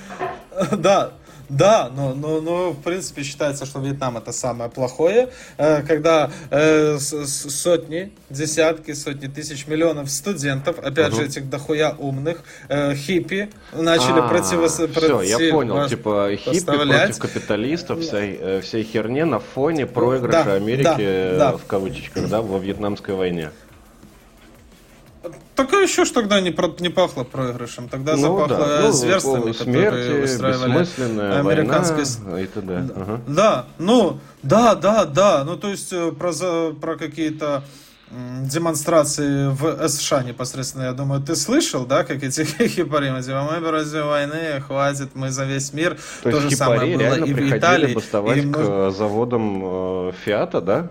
S1: Да, но в принципе считается, что Вьетнам это самое плохое, когда сотни, десятки, сотни тысяч, миллионов студентов, опять же этих дохуя умных, хиппи, начали
S2: Все, я понял, типа хиппи против капиталистов, всей херни на фоне проигрыша Америки, в кавычечках, да, во Вьетнамской войне.
S1: Только еще ж тогда не пахло проигрышем, тогда запахло зверствами, которые устраивали американские...
S2: и т.д.
S1: Да, ну то есть про какие-то демонстрации в США непосредственно, я думаю, ты слышал, да, как эти хипари, типа, мы против войны, хватит, мы за весь мир.
S2: То есть хипари реально приходили бастовать к заводам Фиата, да?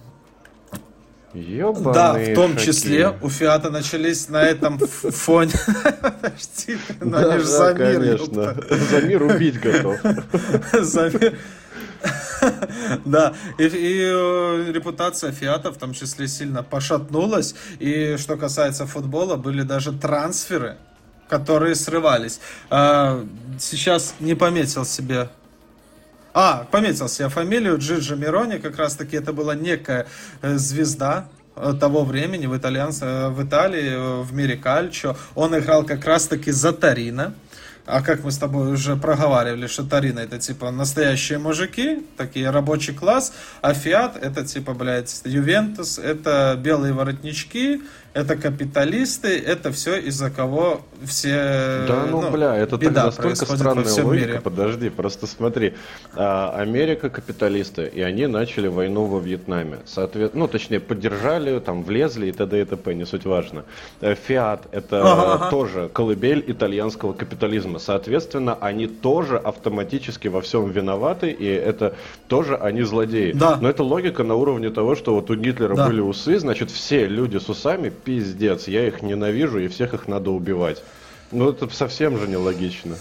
S2: Ёбаные
S1: да, в том
S2: шаки.
S1: числе у Фиата начались на этом фоне. Подожди,
S2: они же за мир, конечно. За мир убить готов.
S1: За мир. Да, и репутация Фиата в том числе сильно пошатнулась. И что касается футбола, были даже трансферы, которые срывались. Сейчас не пометил себе... пометил себе фамилию Джиджи Мирони, как раз таки это была некая звезда того времени в Италии, в мире кальчо. Он играл как раз таки за Торино. А как мы с тобой уже проговаривали, что Торино это типа настоящие мужики, такие рабочий класс, а Фиат это типа, блядь, Ювентус, это белые воротнички, это капиталисты, это все из-за кого все...
S2: Да, это тогда настолько странная логика, мире. Подожди, просто смотри, Америка капиталисты, и они начали войну во Вьетнаме, точнее, поддержали, там, влезли и т.д. и т.п., не суть важно. Фиат это тоже колыбель итальянского капитализма, соответственно, они тоже автоматически во всем виноваты, и это тоже они злодеи.
S1: Да.
S2: Но это логика на уровне того, что вот у Гитлера были усы, значит, все люди с усами пиздец, я их ненавижу, и всех их надо убивать. Ну, это совсем же нелогично.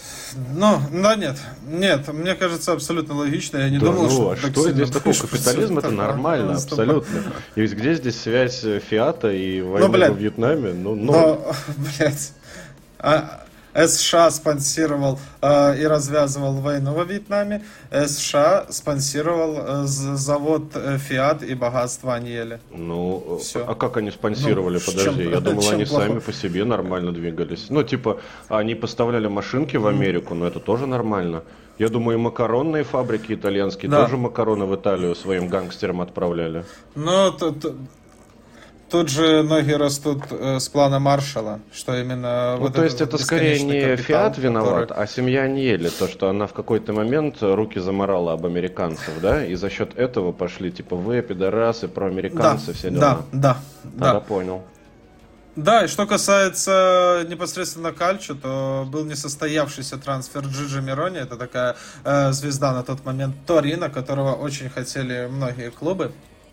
S2: Нет, мне кажется, абсолютно логично. Я не думал, что здесь такое? Капитализм это нормально, абсолютно. И ведь где здесь связь Фиата и войны во Вьетнаме?
S1: Блядь. США спонсировал и развязывал войну во Вьетнаме. США спонсировал завод Fiat и богатство Agnelli.
S2: А как они спонсировали? Подожди, я думал, они сами по себе нормально двигались. Они поставляли машинки в Америку, но это тоже нормально. Я думаю, и макаронные фабрики итальянские тоже макароны в Италию своим гангстерам отправляли.
S1: Тут же ноги растут с плана Маршалла, что именно...
S2: то есть это скорее не Фиат виноват, а семья Agnelli, то, что она в какой-то момент руки заморала об американцев, да? И за счет этого пошли, типа, вы, пидорасы, проамериканцы, все дела. Да, понял.
S1: Да, и что касается непосредственно кальчо, то был несостоявшийся трансфер Джиджи Мирони, это такая звезда на тот момент Торино, которого очень хотели многие клубы.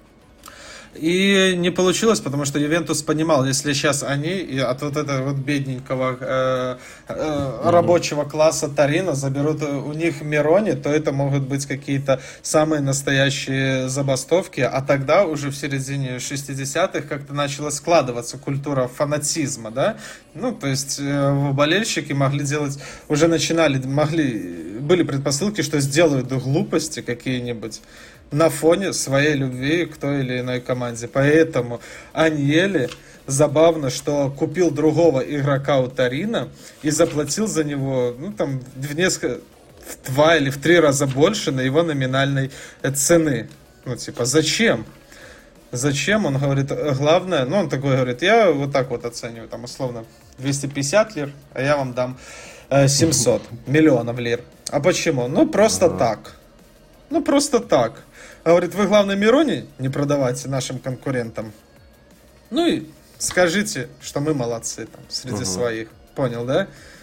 S1: И не получилось, потому что Ювентус понимал, если сейчас они от вот этого вот бедненького рабочего класса Торино заберут у них Мирони, то это могут быть какие-то самые настоящие забастовки. А тогда уже в середине 60-х как-то начала складываться культура фанатизма, да? То есть болельщики могли были предпосылки, что сделают глупости какие-нибудь на фоне своей любви к той или иной команде. Поэтому Аньели забавно, что купил другого игрока у Торино и заплатил за него, ну, там, в 2 или в 3 раза больше на его номинальной цены. Ну, типа, зачем? Зачем? Он говорит, главное, ну, он такой говорит, я вот так вот оцениваю, там, условно, 250 лир, а я вам дам 700 миллионов лир. А почему? Ну, просто так. Ну, просто так. Говорит, вы, главное, Мирони не продавайте нашим конкурентам. Ну, и скажите, что мы молодцы там, среди своих. Понял, да?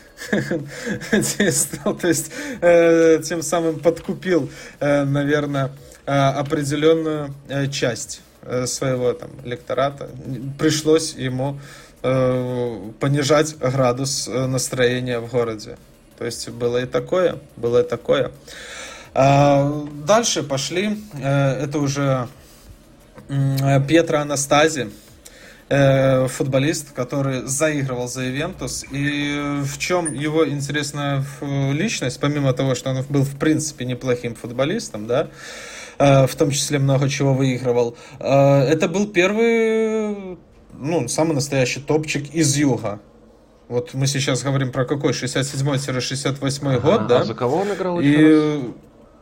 S1: То есть, тем самым подкупил, наверное, определенную часть своего там электората. Пришлось ему понижать градус настроения в городе. То есть было и такое, было и такое. Дальше пошли. Это уже Пьетро Анастази, футболист, который заигрывал за Ювентус. И в чем его интересная личность, помимо того, что он был в принципе неплохим футболистом, да, в том числе много чего выигрывал, это был первый, ну, самый настоящий топчик из Юга. Вот мы сейчас говорим про какой? 67-68 год, да?
S2: А за кого он играл еще раз?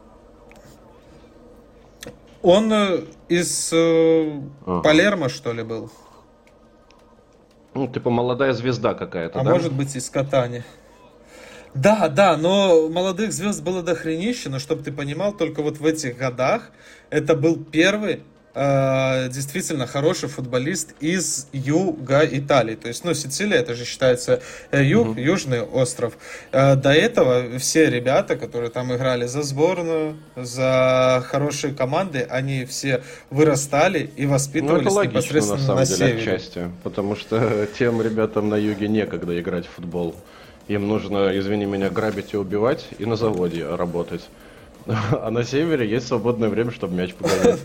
S1: Он из Палермо, что ли, был?
S2: Ну, типа молодая звезда какая-то,
S1: а
S2: да?
S1: Может быть, из Катани. Да, но молодых звезд было дохренище, но чтобы ты понимал, только вот в этих годах это был первый действительно хороший футболист из юга Италии. То есть, ну, Сицилия, это же считается юг, южный остров. До этого все ребята, которые там играли за сборную, за хорошие команды, они все вырастали и воспитывались непосредственно
S2: на самом
S1: на
S2: деле,
S1: севере.
S2: отчасти. Потому что тем ребятам на юге некогда играть в футбол. Им нужно, извини меня, грабить и убивать и на заводе работать. А на севере есть свободное время, чтобы мяч погонять.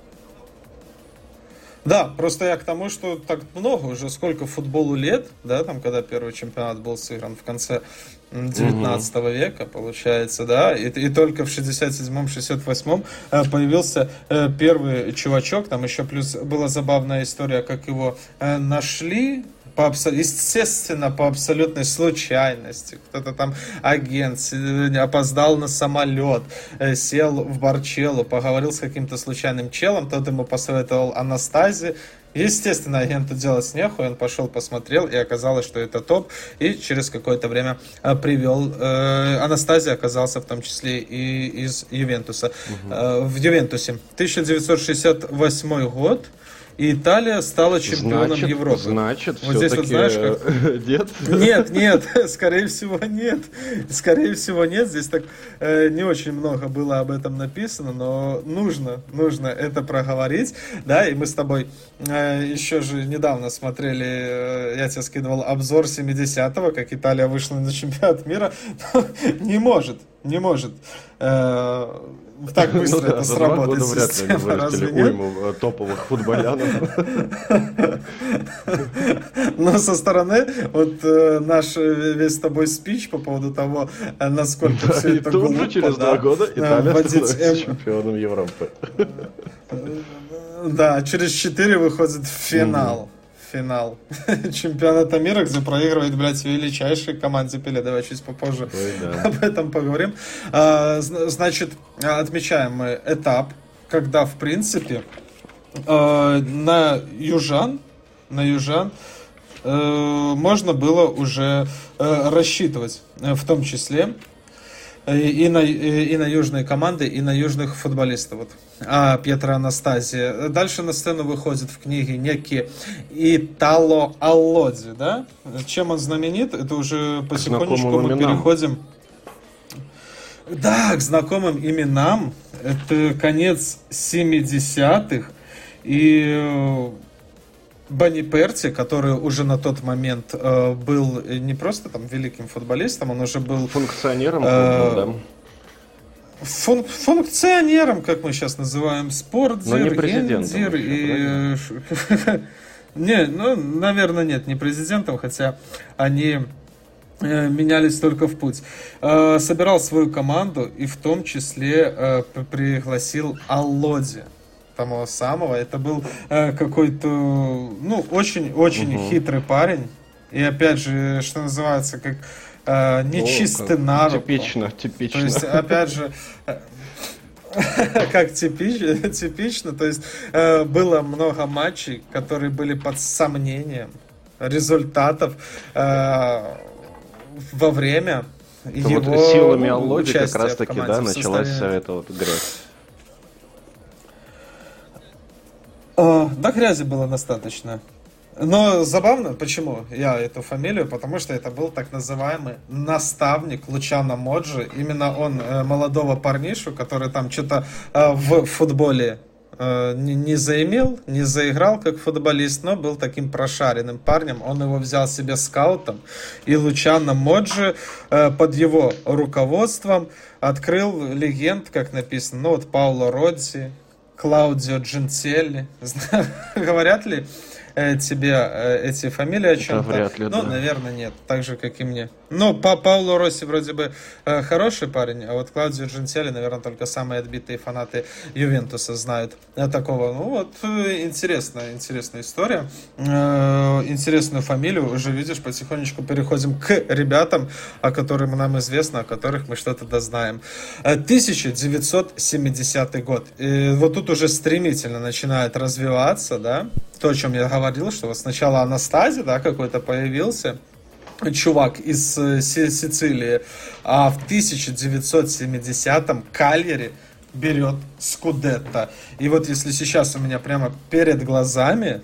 S1: Да, просто я к тому, что так много уже, сколько футболу лет, да, там, когда первый чемпионат был сыгран в конце 19 века, получается, да, и только в 67-68 появился первый чувачок, там еще плюс была забавная история, как его нашли, естественно, по абсолютной случайности. Кто-то там агент опоздал на самолет, сел в Барчелло, поговорил с каким-то случайным челом, тот ему посоветовал Анастази. Естественно, агенту делать нехуй, он пошел, посмотрел, и оказалось, что это топ, и через какое-то время привел. Анастази оказался в том числе и из Ювентуса. В Ювентусе. 1968 год. И Италия стала чемпионом Европы.
S2: Значит,
S1: вот здесь вот знаешь, как... Нет, скорее всего нет. Скорее всего нет. Здесь так не очень много было об этом написано, но нужно это проговорить. Да, и мы с тобой еще же недавно смотрели, я тебе скидывал обзор 70-го, как Италия вышла на чемпионат мира. Не может. Так быстро это сработает.
S2: Вряд ли они вырастили уйму топовых футболянов.
S1: Но со стороны, вот наш весь с тобой спич по поводу того, насколько все это глупо.
S2: И тут же через 2 года Италия становится чемпионом Европы.
S1: Да, через 4 выходит в финал чемпионата мира, где проигрывает, блядь, величайшей команде Пеле. Давай чуть попозже об этом поговорим. Значит, отмечаем мы этап, когда, в принципе, на южан можно было уже рассчитывать, в том числе и на южные команды, и на южных футболистов. Вот. Пьетро Анастази. Дальше на сцену выходит в книге некий Итало Аллоди, да? Чем он знаменит? Это уже потихонечку мы переходим. Да, к знакомым именам. Это конец 70-х. И Бониперти, который уже на тот момент был не просто там великим футболистом, он уже был
S2: функционером, да.
S1: Функционером, как мы сейчас называем, спортдир, гендир и... Не, ну, наверное, нет, не президентом, хотя они менялись только в путь. Собирал свою команду и в том числе пригласил Аллоди, того самого. Это был какой-то, ну, очень-очень хитрый парень. И опять же, что называется, как нечистый на руку.
S2: Типично.
S1: То есть, опять же, как типично, то есть было много матчей, которые были под сомнением результатов во время его
S2: вот силами Аллоди
S1: участия
S2: как раз таки, да, началась вся
S1: составе...
S2: эта вот грязь.
S1: Да, грязи было достаточно. Но забавно, почему я эту фамилию, потому что это был так называемый наставник Лучано Моджи. Именно он молодого парнишу, который там что-то в футболе не заимел, не заиграл как футболист, но был таким прошаренным парнем. Он его взял себе скаутом, и Лучано Моджи под его руководством открыл легенд, как написано, ну вот Пауло Родзи, Клаудио Джинцелли. Говорят ли тебе эти фамилии о чем-то?
S2: Вряд ли,
S1: ну,
S2: да.
S1: Наверное, нет. Так же, как и мне. Ну, Пауло Росси вроде бы хороший парень, а вот Клаудио Джинцелли, наверное, только самые отбитые фанаты Ювентуса знают такого. Ну, вот, интересная история. Интересную фамилию. Уже, видишь, потихонечку переходим к ребятам, о которых нам известно, о которых мы что-то дознаем. 1970 год. И вот тут уже стремительно начинает развиваться, да, то, о чем я говорил, что вот сначала Анастази, да, какой-то появился, чувак из Сицилии, а в 1970-м Кальяри берет Скудетто. И вот если сейчас у меня прямо перед глазами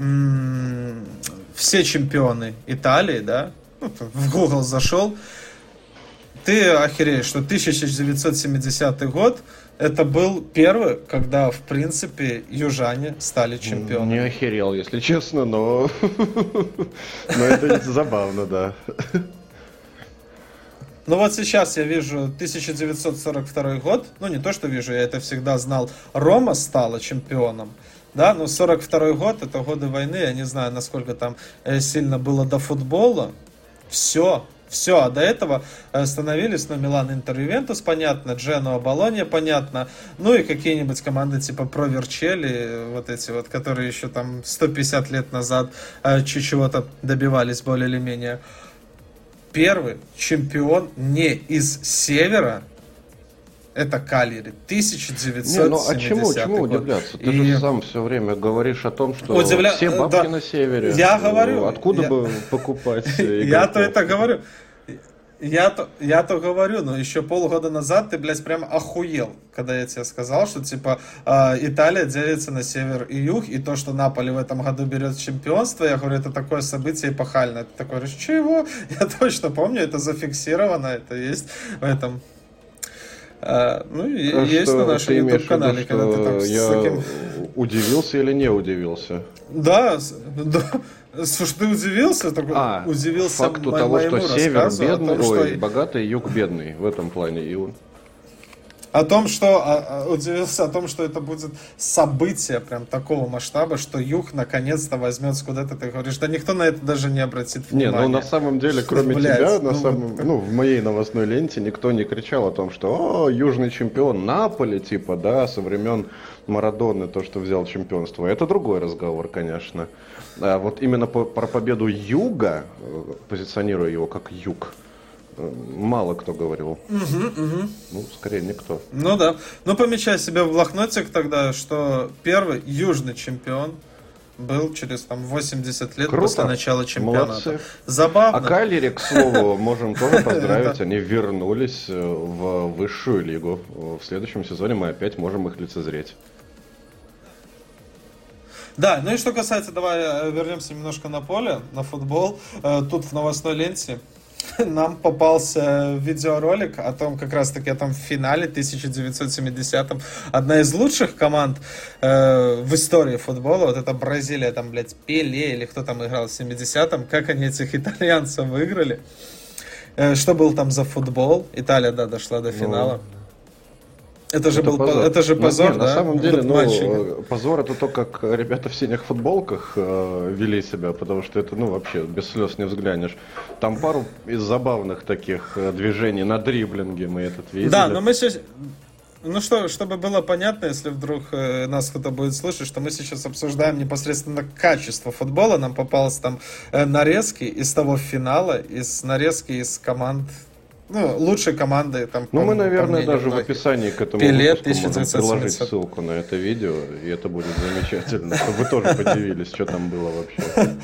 S1: все чемпионы Италии, да, в Google зашел, ты охереешь, что 1970 год это был первый, когда, в принципе, южане стали чемпионами.
S2: Не охерел, если честно, но это забавно, да.
S1: Ну вот сейчас я вижу 1942 год, ну не то, что вижу, я это всегда знал, Рома стала чемпионом, да, но 42 год, это годы войны, я не знаю, насколько там сильно было до футбола, все, а до этого становились, ну, Милан, Интер, Ювентус, понятно, Дженуа, Болонья, понятно, ну и какие-нибудь команды типа Про Верчелли, вот эти вот, которые еще там 150 лет назад чего-то добивались более или менее. Первый чемпион не из севера, это Кальяри, 1970
S2: ну а чему удивляться? Ты же сам все время говоришь о том, что все бабки на севере.
S1: Я говорю.
S2: Откуда бы покупать игроков?
S1: Я-то это говорю. Я-то говорю, но еще полгода назад ты, блядь, прям охуел, когда я тебе сказал, что, типа, Италия делится на север и юг, и то, что Наполи в этом году берет чемпионство, я говорю, это такое событие эпохальное. Ты такой говоришь, чего? Я точно помню, это зафиксировано, это есть в этом... ну, есть на нашем YouTube-канале, когда ты там
S2: я
S1: с таким...
S2: удивился или не удивился?
S1: Да. Слушай, ты удивился? Удивился
S2: факту того, что север бедный,
S1: что...
S2: богатый, юг бедный. В этом плане и он.
S1: Удивился о том, что это будет событие прям такого масштаба, что юг наконец-то возьмет куда-то. Ты говоришь, да никто на это даже не обратит внимания.
S2: Не, ну на самом деле, кроме тебя, в моей новостной ленте никто не кричал о том, что южный чемпион Наполи, типа, да, со времен Марадоны, то, что взял чемпионство. Это другой разговор, конечно. А вот именно про победу юга, позиционируя его как юг, мало кто говорил. Ну, скорее, никто.
S1: Ну да. Ну, помечай себе в блокнотик тогда, что первый южный чемпион был через 80 лет. Круто. После начала чемпионата.
S2: Молодцы.
S1: Забавно.
S2: А Кальяри, к слову, можем тоже поздравить. Они вернулись в высшую лигу. В следующем сезоне мы опять можем их лицезреть.
S1: Да, ну и что касается, давай вернемся немножко на поле, на футбол. Тут в новостной ленте нам попался видеоролик о том, как раз таки о том финале 1970-м. Одна из лучших команд в истории футбола, вот это Бразилия, там, блядь, Пеле или кто там играл в 70-м, как они этих итальянцев выиграли. Что был там за футбол? Италия, да, дошла до финала. Это же позор,
S2: Нет,
S1: да?
S2: На самом деле,
S1: Мальчик.
S2: позор это то, как ребята в синих футболках вели себя, потому что это, вообще без слез не взглянешь. Там пару из забавных таких движений на дриблинге мы этот видели.
S1: Да, но мы сейчас... чтобы было понятно, если вдруг нас кто-то будет слышать, что мы сейчас обсуждаем непосредственно качество футбола. Нам попалось там нарезки из того финала, нарезки из команд, лучшей команды. Там,
S2: мы, наверное, даже в описании к этому выпуску можем приложить ссылку на это видео, и это будет замечательно, чтобы вы тоже подивились, что там было вообще.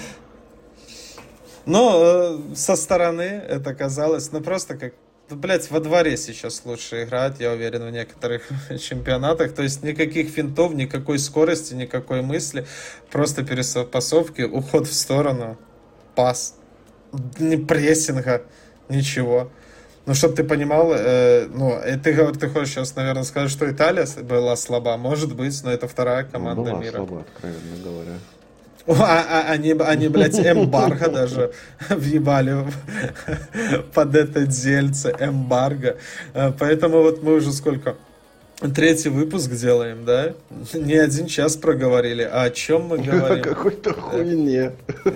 S1: Со стороны это казалось, просто как... во дворе сейчас лучше играть, я уверен, в некоторых чемпионатах. То есть никаких финтов, никакой скорости, никакой мысли. Просто перепасовки, уход в сторону, пас. Ни прессинга, ничего. Чтобы ты понимал, ты хочешь сейчас, наверное, сказать, что Италия была слаба. Может быть, но это вторая команда мира.
S2: Была слаба, откровенно говоря.
S1: Они, блядь, эмбарго даже въебали под это дельце, эмбарго. Поэтому мы уже сколько? 3-й выпуск делаем, да? Не 1 час проговорили. А о чем мы говорим?
S2: О какой-то хуйне.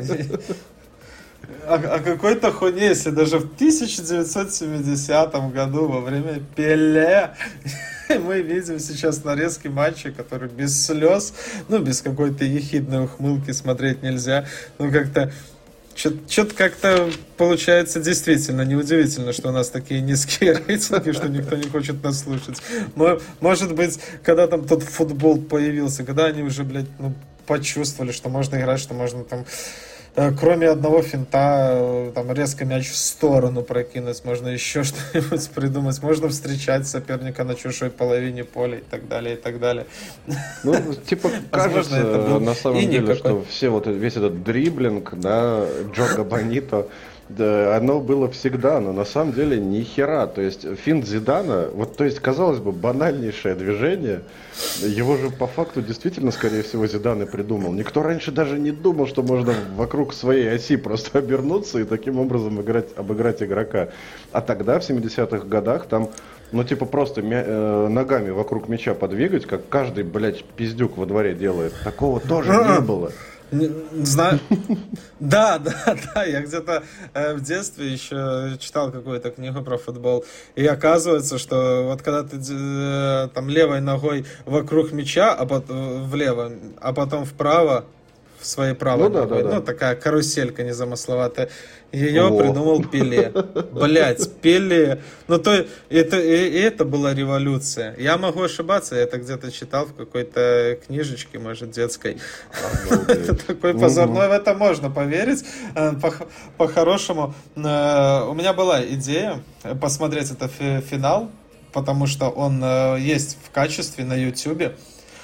S1: О какой-то хуйне, если даже в 1970 году во время Пеле мы видим сейчас нарезки матча, которые без слез, без какой-то ехидной ухмылки смотреть нельзя. Как-то что-то как-то получается действительно неудивительно, что у нас такие низкие рейтинги, что никто не хочет нас слушать. Может быть, когда там тот футбол появился, когда они уже, блядь, почувствовали, что можно играть, что можно там... Кроме одного финта, там резко мяч в сторону прокинуть, можно еще что-нибудь придумать, можно встречать соперника на чужой половине поля и так далее, и так далее.
S2: Кажется, на самом деле, что весь этот дриблинг, да, Джога Бонито, да, оно было всегда, но на самом деле ни хера. То есть финт Зидана, казалось бы, банальнейшее движение, его же по факту действительно, скорее всего, Зидан и придумал. Никто раньше даже не думал, что можно вокруг своей оси просто обернуться и таким образом обыграть игрока. А тогда, в 70-х годах, там, просто ногами вокруг мяча подвигать, как каждый, блядь, пиздюк во дворе делает. Такого тоже не было.
S1: Знаю. Да, я где-то в детстве еще читал какую-то книгу про футбол, и оказывается, что когда ты там левой ногой вокруг мяча, влево, а потом вправо, в своей правой ногой, такая каруселька незамысловатая, ее придумал Пеле. Блять, Пеле. Это была революция. Я могу ошибаться, я это где-то читал в какой-то книжечке, может, детской. Это такой позор. Но в это можно поверить. По-хорошему. У меня была идея посмотреть этот финал, потому что он есть в качестве на YouTube.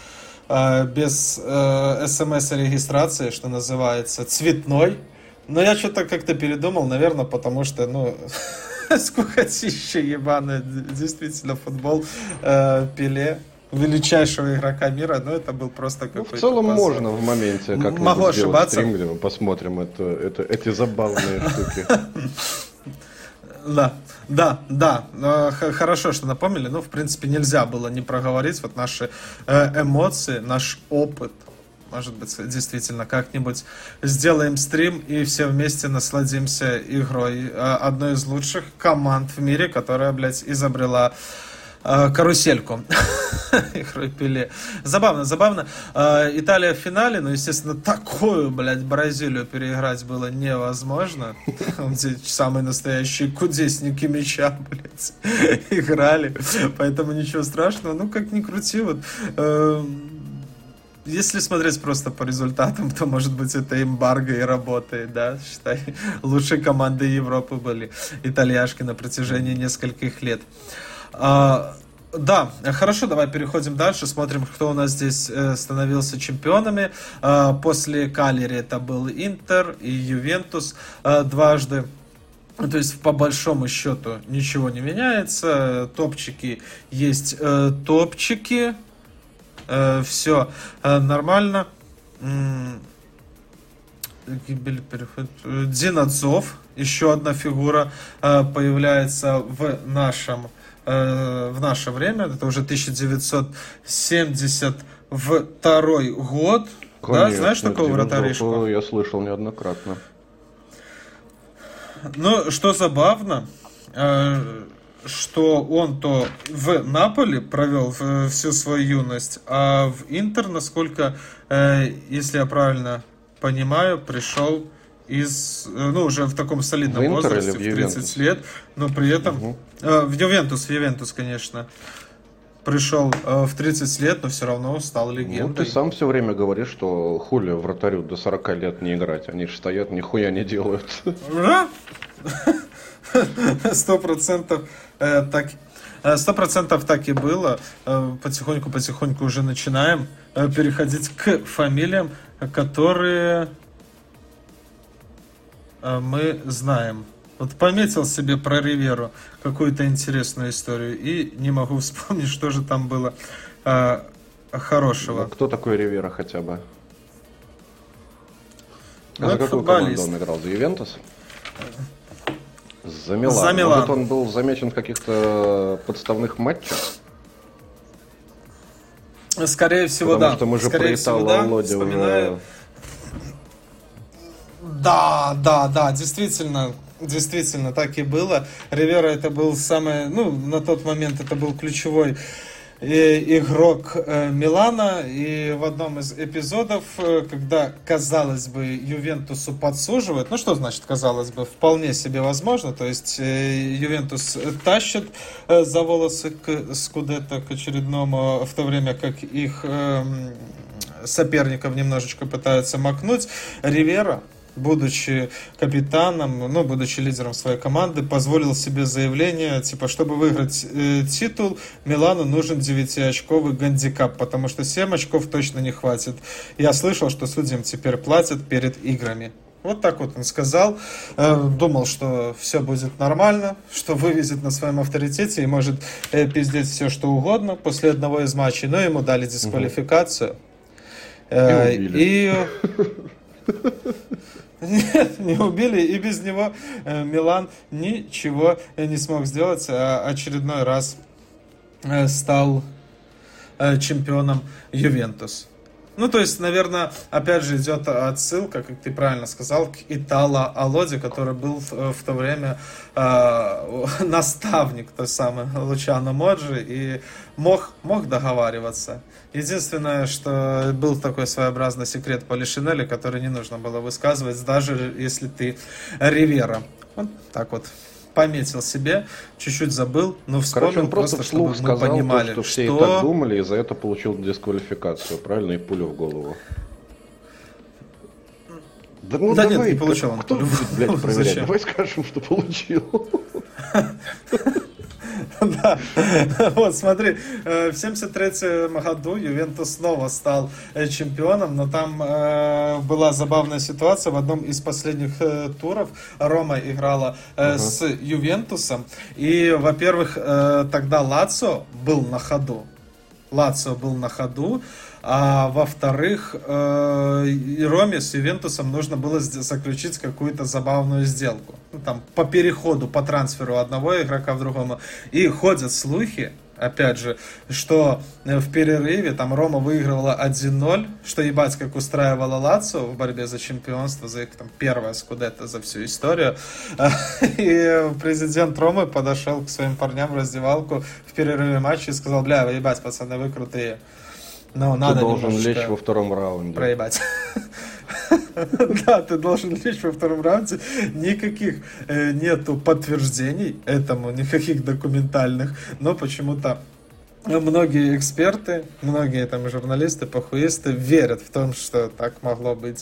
S1: Без смс-регистрации, что называется, цветной. Но я что-то как-то передумал, наверное, потому что, скукотища ебаная, действительно, футбол Пеле, величайшего игрока мира, это был просто какой-то...
S2: В целом позор. Можно в моменте как-нибудь сделать стрим, где мы посмотрим эти забавные штуки. Да, хорошо, что напомнили. В принципе, нельзя было не проговорить наши эмоции, наш опыт. Может быть, действительно, как-нибудь сделаем стрим и все вместе насладимся игрой одной из лучших команд в мире, которая, блядь, изобрела карусельку. Игрой Пеле. Забавно. Италия в финале, естественно, такую, блядь, Бразилию переиграть было невозможно. Где самые настоящие кудесники мяча, блядь, играли. Поэтому ничего страшного. Как ни крути, если смотреть просто по результатам, то, может быть, это эмбарго и работает, да? Считай, лучшей командой Европы были итальяшки на протяжении нескольких лет. Да, хорошо, давай переходим дальше, смотрим, кто у нас здесь становился чемпионами. После Калери это был Интер и Ювентус дважды. То есть, по большому счету, ничего не меняется. Топчики есть топчики. Все нормально.
S1: гибель переходит. Динацов, еще одна фигура, появляется в наше время. Это уже 1972 год.
S2: Конечно,
S1: да, знаешь такого вратаришку?
S2: Я слышал неоднократно.
S1: Ну, что забавно, что он то в Наполе провел всю свою юность, а в Интер, насколько, если я правильно понимаю, пришел уже в таком солидном возрасте, в 30 лет, но при этом в Ювентус, конечно, пришел в 30 лет, но все равно стал легендой.
S2: Ну, ты сам все время говоришь, что хули вратарю до 40 лет не играть. Они же стоят, нихуя не делают.
S1: Ура! 100% так. 100% так и было. Потихоньку уже начинаем переходить к фамилиям, которые мы знаем. Вот пометил себе про Риверу какую-то интересную историю и не могу вспомнить, что же там было хорошего.
S2: А кто такой Ривера хотя бы?
S1: Ну,
S2: за какую команду он играл? За Ювентус? За Милан.
S1: За Милан.
S2: Может, он был замечен в каких-то подставных матчах?
S1: Скорее всего,
S2: Потому
S1: да.
S2: что мы же
S1: Скорее
S2: про Итало Лоди
S1: вспоминаю.
S2: уже...
S1: Да, действительно, так и было. Ривера это был на тот момент это был ключевой игрок Милана, и в одном из эпизодов, когда, казалось бы, Ювентусу подсуживают, что значит казалось бы, вполне себе возможно, то есть Ювентус тащит за волосы к Скудетто, к очередному, в то время как их соперников немножечко пытаются макнуть, Ривера, будучи капитаном, будучи лидером своей команды, позволил себе заявление, чтобы выиграть титул, Милану нужен 9-очковый гандикап, потому что 7 очков точно не хватит. Я слышал, что судьям теперь платят перед играми. Вот так вот он сказал. Думал, что все будет нормально, что вывезет на своем авторитете и может пиздеть все, что угодно после одного из матчей, но ему дали дисквалификацию. Нет, не убили, и без него Милан ничего не смог сделать, а очередной раз стал чемпионом Ювентус. То есть, наверное, опять же идет отсылка, как ты правильно сказал, к Итало Лоди, который был в то время наставник той самой Лучано Моджи и мог договариваться. Единственное, что был такой своеобразный секрет Полишинеля, который не нужно было высказывать, даже если ты Ривера. Вот так вот. Пометил себе, чуть-чуть забыл, но вспомнил.
S2: Он просто вслух сказал
S1: понимали,
S2: то, что все и так думали, и за это получил дисквалификацию, правильно, и пулю в голову.
S1: Да давай, нет, не получил он.
S2: Кто будет, блядь, проверять? Давай скажем, что получил.
S1: Да, вот смотри, в 73-м году Ювентус снова стал чемпионом, но там была забавная ситуация. В одном из последних туров Рома играла с Ювентусом, и, во-первых, тогда Лацио был на ходу, а во-вторых, Роме с Ювентусом нужно было заключить какую-то забавную сделку. Там по переходу, по трансферу одного игрока в другому. И ходят слухи, опять же, что в перерыве там Рома выигрывала 1-0, что ебать как устраивала Лацио в борьбе за чемпионство, за их там первое скудетто за всю историю. И президент Ромы подошел к своим парням в раздевалку в перерыве матча и сказал: бля, вы ебать, пацаны, вы крутые. Но
S2: ты
S1: надо
S2: должен лечь во втором раунде.
S1: Проебать. Да, ты должен лечь во втором раунде. Никаких нету подтверждений этому, никаких документальных. Но почему-то многие эксперты, многие там журналисты, похуисты верят в том, что так могло быть.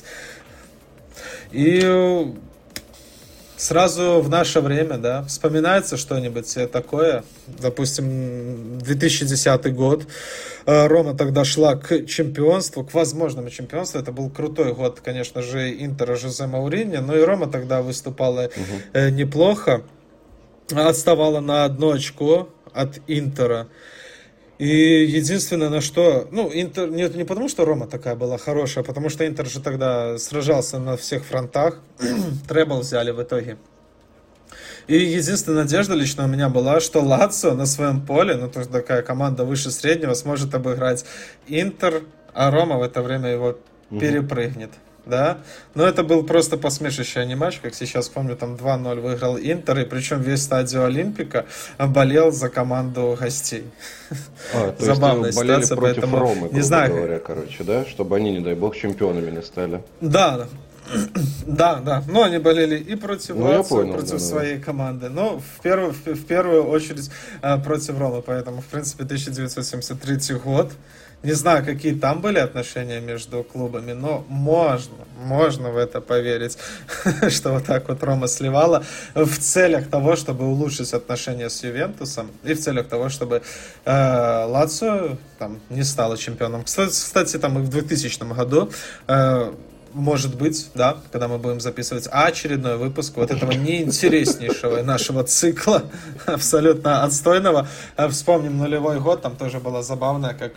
S1: И сразу в наше время, да, вспоминается что-нибудь такое. Допустим, 2010 год. Рома тогда шла к чемпионству, к возможному чемпионству. Это был крутой год, конечно же, Интера Жозе Мауриньо. Но и Рома тогда выступала неплохо. Отставала на 1 очко от Интера. И единственное, на что... Ну, Интер... Не потому, что Рома такая была хорошая, а потому что Интер же тогда сражался на всех фронтах. Требл взяли в итоге. И единственная надежда лично у меня была, что Лацио на своем поле, ну, то есть такая команда выше среднего, сможет обыграть Интер, а Рома в это время его перепрыгнет. Да, но это был просто посмешищий матч, как сейчас помню, там 2-0 выиграл Интер, и причем весь стадио Олимпика болел за команду гостей.
S2: Забавная ситуация, болели против Ромы, не знаю, говоря, короче, да, чтобы они, не дай бог, чемпионами не стали.
S1: Да, но они болели и против Лацио, и против своей команды, но в первую очередь против Ромы, поэтому, в принципе, 1973 год. Не знаю, какие там были отношения между клубами, но можно в это поверить, что вот так вот Рома сливала в целях того, чтобы улучшить отношения с Ювентусом и в целях того, чтобы Лацио там не стала чемпионом. Кстати, там и в 2000 году может быть, да, когда мы будем записывать очередной выпуск вот этого неинтереснейшего нашего цикла, абсолютно отстойного. Вспомним нулевой год, там тоже было забавно, как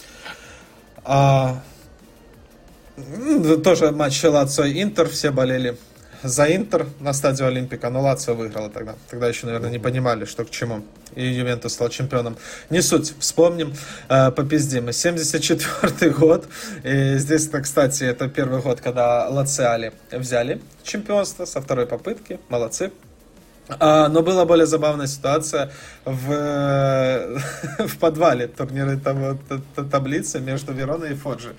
S1: тоже матч Лацио и Интер, все болели за Интер на стадии Олимпика, но Лацио выиграла тогда. Тогда еще, наверное, не понимали, что к чему. И Ювентус стал чемпионом. Не суть, вспомним, попиздим. 74-й год. И здесь, кстати, это первый год, когда Лациали взяли чемпионство со второй попытки. Молодцы. Но была более забавная ситуация в подвале турнирной таблицы между Вероной и Фоджи.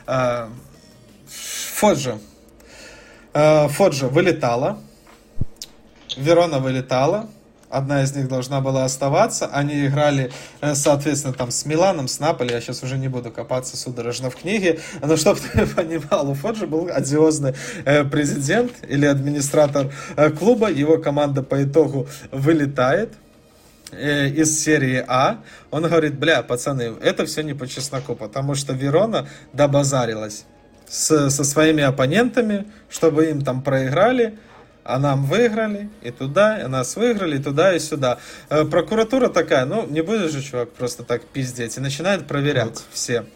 S1: Фоджи вылетала, Верона вылетала, одна из них должна была оставаться. Они играли, соответственно, там с Миланом, с Наполи. Я сейчас уже не буду копаться судорожно в книге. Но чтобы ты понимал, у Фоджи был одиозный президент или администратор клуба. Его команда по итогу вылетает из серии А. Он говорит: бля, пацаны, это все не по чесноку, потому что Верона добазарилась со своими оппонентами, чтобы им там проиграли. А нам выиграли, и туда, и нас выиграли, и туда, и сюда. Прокуратура такая, ну, не будешь же, чувак, просто так пиздеть. И начинает проверять все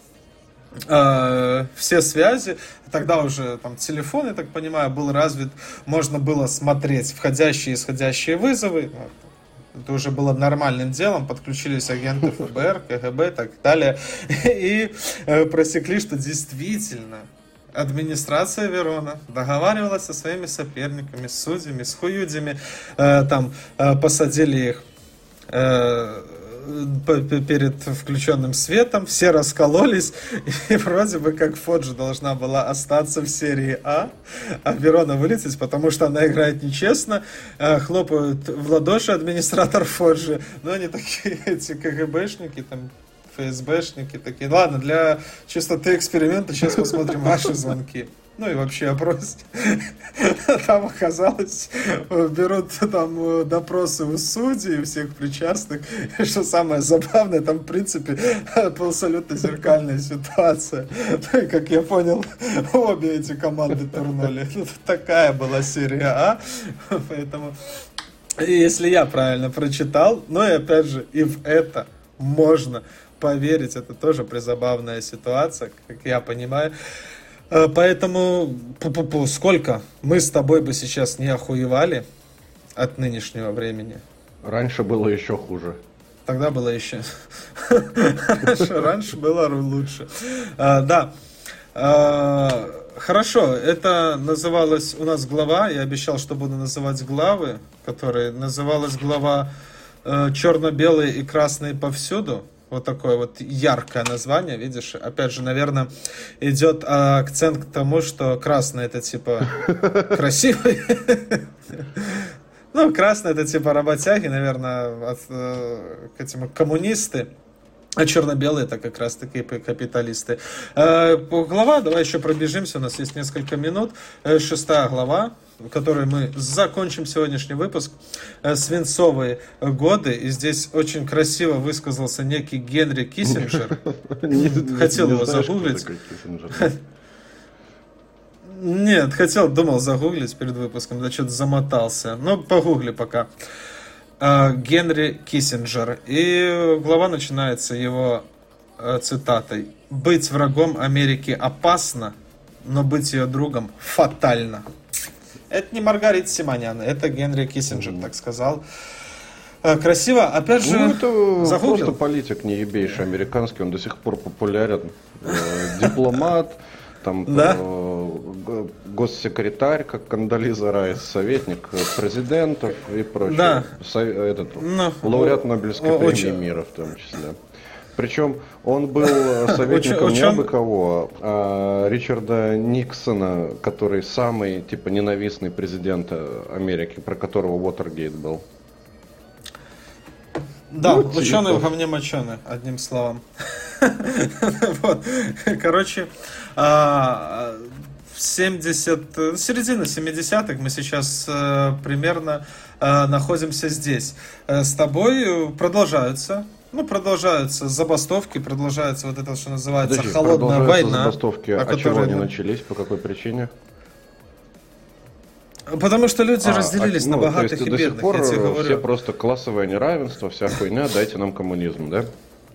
S1: связи. Тогда уже там телефон, я так понимаю, был развит. Можно было смотреть входящие и исходящие вызовы. Это уже было нормальным делом. Подключились агенты ФБР, КГБ и так далее. И просекли, что действительно администрация Верона договаривалась со своими соперниками, с судьями, с хуюдями, там посадили их перед включенным светом, все раскололись, и вроде бы как Фоджи должна была остаться в серии А Верона вылететь, потому что она играет нечестно, хлопают в ладоши администратор Фоджи, но они такие, эти КГБшники, там, ФСБшники такие. Ладно, для чистоты эксперимента сейчас посмотрим ваши звонки. Ну и вообще опрос. Там оказалось, берут там допросы у судей, у всех причастных. И что самое забавное, там в принципе абсолютно зеркальная ситуация. И, как я понял, обе эти команды турнули. Такая была серия А. Поэтому, если я правильно прочитал, но и опять же, и в это можно поверить, это тоже призабавная ситуация, как я понимаю. Поэтому сколько мы с тобой бы сейчас не охуевали от нынешнего времени.
S2: Раньше было еще хуже.
S1: Тогда было еще... Раньше было лучше. Да. Хорошо, это называлась у нас глава, я обещал, что буду называть главы, которые называлась глава «Черно-белые и красные повсюду». Вот такое вот яркое название, видишь? Опять же, наверное, идет акцент к тому, что красный это типа красивый. Ну, красный это типа работяги, наверное, к этим коммунисты. А черно-белые это как раз таки капиталисты. Глава, давай еще пробежимся, у нас есть несколько минут. 6 глава, в которой мы закончим сегодняшний выпуск. Свинцовые годы. И здесь очень красиво высказался некий Генри Киссинджер. Хотел его загуглить. Нет, думал загуглить перед выпуском, да что-то замотался. Но погугли пока. Генри Киссинджер. И глава начинается его цитатой: «Быть врагом Америки опасно, но быть ее другом фатально». Это не Маргарита Симонян, это Генри Киссинджер так сказал. Красиво. Опять же,
S2: это
S1: загуглил.
S2: Просто политик неебейший американский, он до сих пор популярен. Дипломат, там госсекретарь, как Кондолиза Райс, советник президентов и прочее.
S1: Да.
S2: Лауреат Нобелевской премии мира в том числе. Причем он был советником не абы кого, а Ричарда Никсона, который самый ненавистный президент Америки, про которого Уотергейт был.
S1: Да, ученые в говне моченые, одним словом. Короче, середина 70-х мы сейчас примерно находимся здесь. С тобой продолжаются забастовки, продолжается вот это, что называется, холодная война.
S2: Забастовки, а чего они начались, по какой причине?
S1: Потому что люди разделились на богатых и бедных.
S2: До сих пор все просто классовое неравенство, вся хуйня, дайте нам коммунизм, да?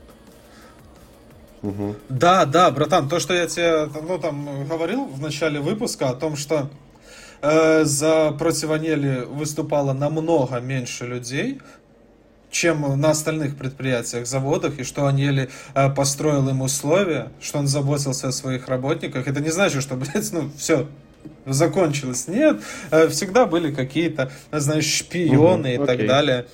S2: Угу.
S1: Да, братан, то, что я тебе говорил в начале выпуска о том, что против Анели выступало намного меньше людей, чем на остальных предприятиях, заводах, и что Анели построил им условия, что он заботился о своих работниках. Это не значит, что, все закончилось. Нет, всегда были какие-то, шпионы и так далее.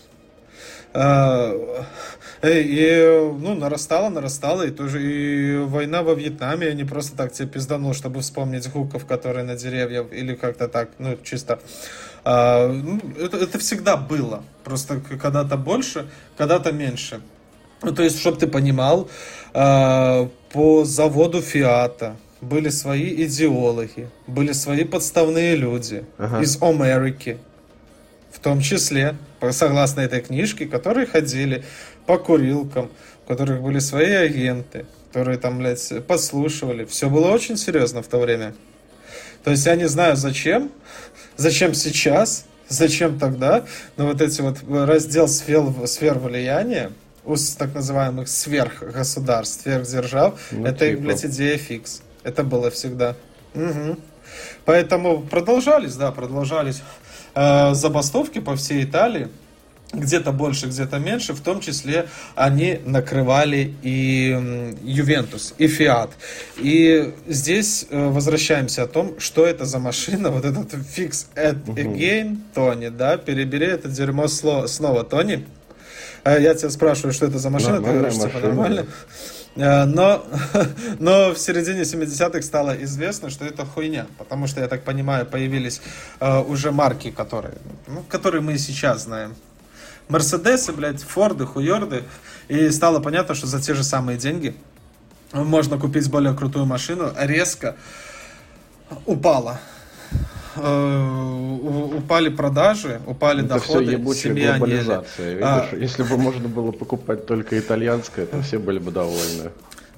S1: И нарастало, и тоже и война во Вьетнаме, я не просто так тебе пизданул, чтобы вспомнить гуков, которые на деревьях, или как-то так, чисто. Это всегда было, просто когда-то больше, когда-то меньше. То есть, чтобы ты понимал, по заводу Фиата были свои идеологи, были свои подставные люди из Америки, в том числе, согласно этой книжке, которые ходили по курилкам, у которых были свои агенты, которые там, подслушивали. Все было очень серьезно в то время. То есть я не знаю зачем сейчас, зачем тогда, но вот эти раздел сфер влияния у так называемых сверхгосударств, сверхдержав, это, идея фикс. Это было всегда. Угу. Поэтому продолжались забастовки по всей Италии. Где-то больше, где-то меньше. В том числе они накрывали и Ювентус, и Фиат. И здесь возвращаемся о том, что это за машина. Вот этот Fix it again, Тони, да? Перебери это дерьмо снова, Тони. Я тебя спрашиваю, что это за машина. Ты говоришь, нормально. Но в середине 70-х стало известно, что это хуйня. Потому что, я так понимаю, появились уже марки, которые мы и сейчас знаем. Мерседесы, Форды, Хуйорды. И стало понятно, что за те же самые деньги можно купить более крутую машину. Резко упали продажи, упали доходы.
S2: Это все ебучая глобализация. Видишь, если бы можно было покупать только итальянское, то все были бы довольны.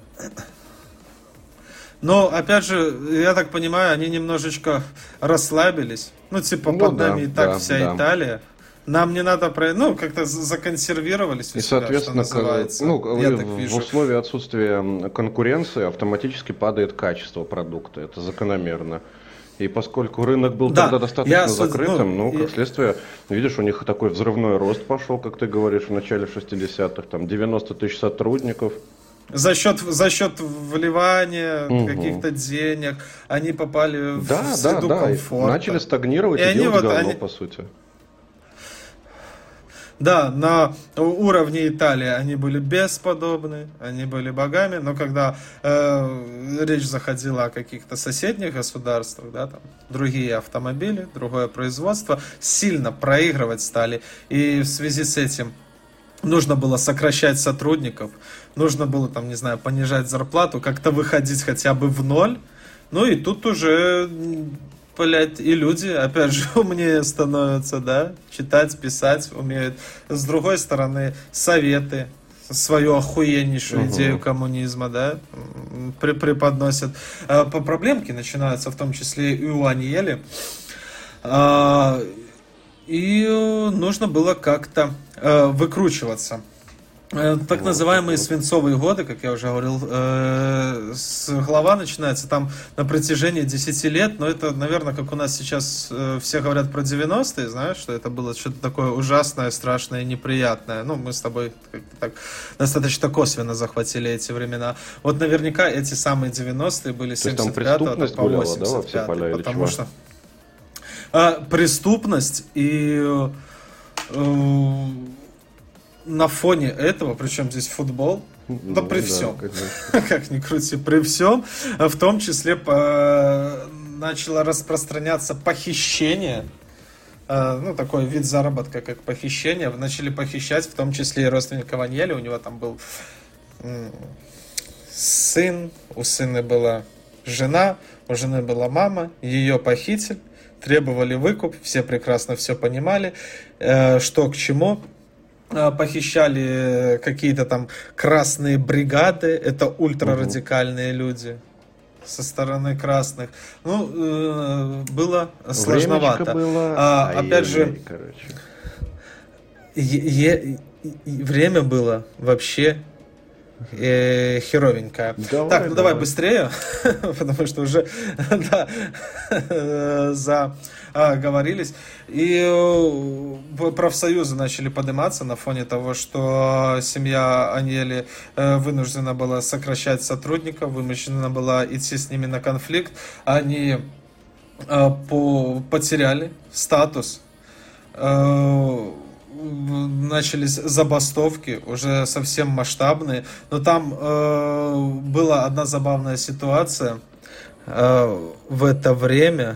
S1: Но, опять же, я так понимаю, они немножечко расслабились. Под нами и так вся Италия. Нам не надо как-то законсервировались.
S2: И, соответственно, в условии отсутствия конкуренции автоматически падает качество продукта. Это закономерно. И поскольку рынок был тогда достаточно закрытым, как следствие, видишь, у них такой взрывной рост пошел, как ты говоришь, в начале 60-х, там 90 тысяч сотрудников.
S1: За счет вливания каких-то денег они попали в среду комфорта.
S2: Начали стагнировать и делать говно, по сути.
S1: Да, на уровне Италии они были бесподобны, они были богами, но когда речь заходила о каких-то соседних государствах, другие автомобили, другое производство, сильно проигрывать стали. И в связи с этим нужно было сокращать сотрудников, нужно было, понижать зарплату, как-то выходить хотя бы в ноль. И тут уже... и люди, опять же, умнее становятся, читать, писать умеют. С другой стороны, советы, свою охуеннейшую идею коммунизма, преподносят. Проблемки начинаются, в том числе и у Аньели. И нужно было как-то выкручиваться. Так называемые свинцовые годы, как я уже говорил, с глава начинается там на протяжении 10 лет, но это, наверное, как у нас сейчас все говорят про 90-е, знаешь, что это было что-то такое ужасное, страшное, неприятное. Ну, мы с тобой как-то так достаточно косвенно захватили эти времена. Вот наверняка эти самые 90-е были 75-го по 85-й, потому что преступность и... на фоне этого, причем здесь футбол, да при всем, как ни крути, при всем, в том числе начало распространяться похищение, ну, такой вид заработка, как похищение, начали похищать, в том числе и родственника Аньели, у него там был сын, у сына была жена, у жены была мама, ее похитили, требовали выкуп, все прекрасно все понимали, что к чему. Похищали какие-то там красные бригады, это ультрарадикальные люди со стороны красных. Ну, было сложновато.
S2: Было,
S1: опять же, время было вообще херовенькое. Так, ну давай быстрее, потому что уже заговорились. И профсоюзы начали подниматься на фоне того, что семья Аньели вынуждена была сокращать сотрудников, вынуждена была идти с ними на конфликт. Они потеряли статус, начались забастовки, уже совсем масштабные. Но там была одна забавная ситуация. В это время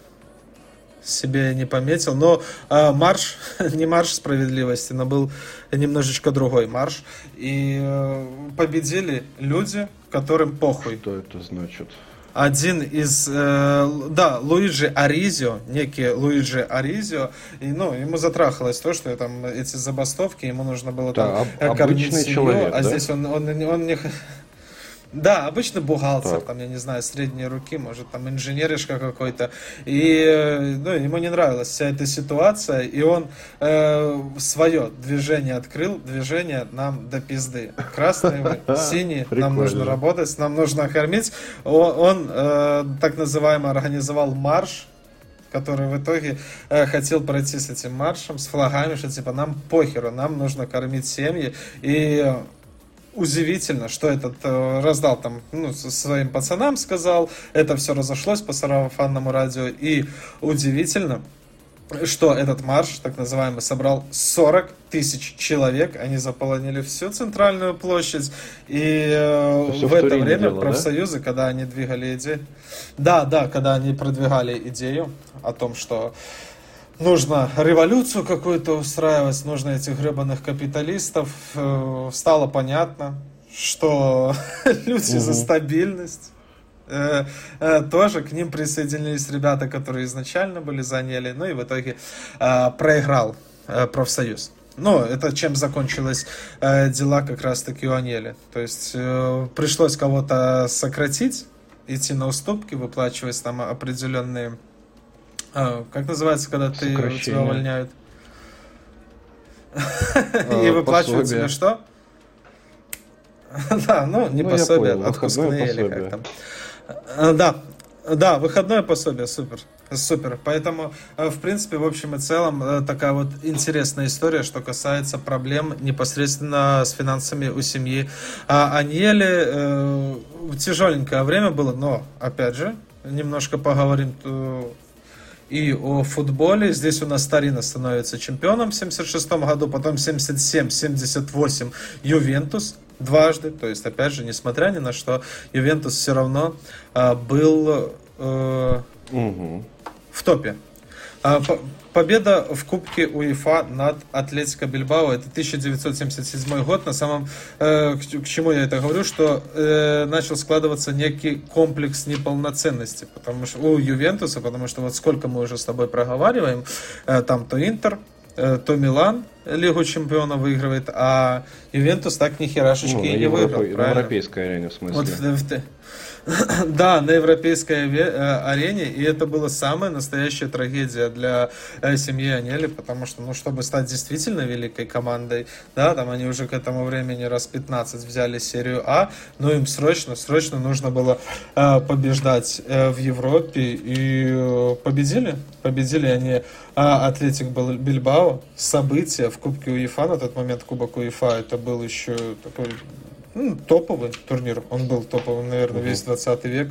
S1: себе я не пометил, но марш, не марш справедливости, но был немножечко другой марш. И победили люди, которым похуй.
S2: Что это значит?
S1: Один из, Луиджи Аризио, некий Луиджи Аризио, и, ему затрахалось то, что там эти забастовки, ему нужно было там кормить семью,
S2: человек,
S1: а здесь он не... Да, обычный бухгалтер, там, я не знаю, средней руки, может, там, инженеришка какой-то. И, ему не нравилась вся эта ситуация, и он свое движение открыл, движение «Нам до пизды». Красные, синие, нам нужно работать, нам нужно кормить. Он так называемо организовал марш, который в итоге хотел пройти с этим маршем, с флагами, что типа нам похеру, нам нужно кормить семьи. И... удивительно, что этот раздал там, своим пацанам сказал, это все разошлось по сарафанному радио, и удивительно, что этот марш, так называемый, собрал 40 тысяч человек, они заполонили всю центральную площадь, и в это время профсоюзы, да? Когда они двигали идею, когда они продвигали идею о том, что нужно революцию какую-то устраивать, нужно этих гребаных капиталистов. Стало понятно, что люди за стабильность. Тоже к ним присоединились ребята, которые изначально были за Аньели. Ну и в итоге проиграл профсоюз. Это чем закончились дела как раз-таки у Аньели. То есть пришлось кого-то сократить, идти на уступки, выплачивать там определенные... как называется, когда тебя увольняют? И выплачивают тебе что? Да, не пособие, отпускные или как там. Да, выходное пособие, супер. Поэтому, в принципе, в общем и целом, такая вот интересная история, что касается проблем непосредственно с финансами у семьи Аньели. Тяжеленькое время было, но, опять же, немножко поговорим и о футболе. Здесь у нас Торино становится чемпионом в 1976 году, потом 1977-1978 Ювентус дважды. То есть, опять же, несмотря ни на что, Ювентус все равно был в топе. Победа в Кубке УЕФА над Атлетико Бильбао, это 1977 год. На самом, к чему я это говорю, что начал складываться некий комплекс неполноценности, потому что у Ювентуса, потому что вот сколько мы уже с тобой проговариваем, там то Интер, то Милан, Лигу Чемпионов выигрывает, а Ювентус так ни херашечки и не выиграл.
S2: На европейской арене, в смысле.
S1: Да, на европейской арене, и это была самая настоящая трагедия для семьи Анели, потому что, чтобы стать действительно великой командой, да, там они уже к этому времени раз 15 взяли серию А, но им срочно нужно было побеждать в Европе, и победили они Атлетик Бильбао. Событие в Кубке УЕФА, на тот момент Кубок УЕФА, это был еще такой топовый турнир. Он был топовым, наверное, весь 20 век.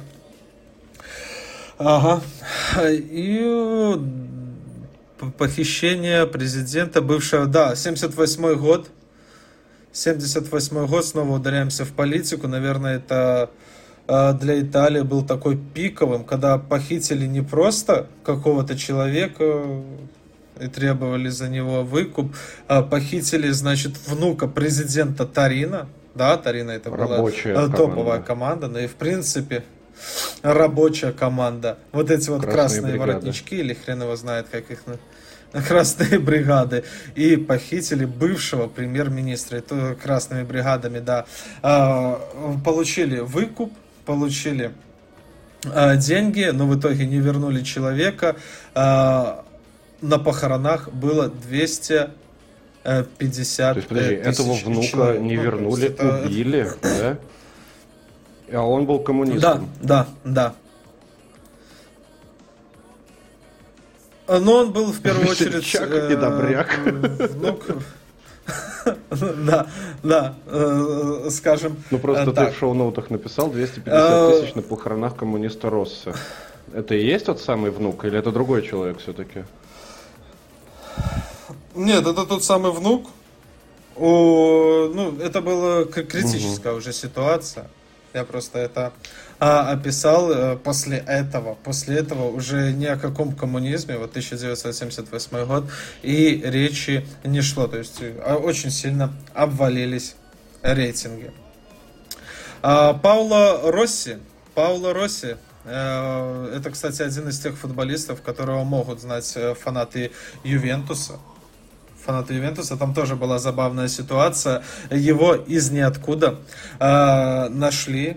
S1: Ага. И похищение президента бывшего... Да, 78-й год. 78-й год. Снова ударяемся в политику. Наверное, это для Италии был такой пиковым, когда похитили не просто какого-то человека и требовали за него выкуп, а похитили, значит, внука президента Торино. Да, Торино это
S2: рабочая
S1: была топовая команда, но и в принципе рабочая команда. Вот эти вот красные воротнички, или хрен его знает, как их... Красные бригады. И похитили бывшего премьер-министра. Это красными бригадами, да. Получили выкуп, получили деньги, но в итоге не вернули человека. На похоронах было 250
S2: То есть, подожди, этого внука человек не вернули, убили, да? А он был коммунистом.
S1: Да. Но он был в первую очередь...
S2: Чак и добряк.
S1: Внук... Да, скажем.
S2: Ну просто ты в шоу-ноутах написал 250 тысяч на похоронах коммуниста Росса. Это и есть тот самый внук, или это другой человек все-таки?
S1: Нет, это тот самый внук. Это была критическая уже ситуация. Я просто это описал. После этого уже ни о каком коммунизме, 1978 год, и речи не шло. То есть очень сильно обвалились рейтинги. Пауло Росси, это, кстати, один из тех футболистов, которого могут знать фанаты Ювентуса. Там тоже была забавная ситуация. Его из ниоткуда нашли.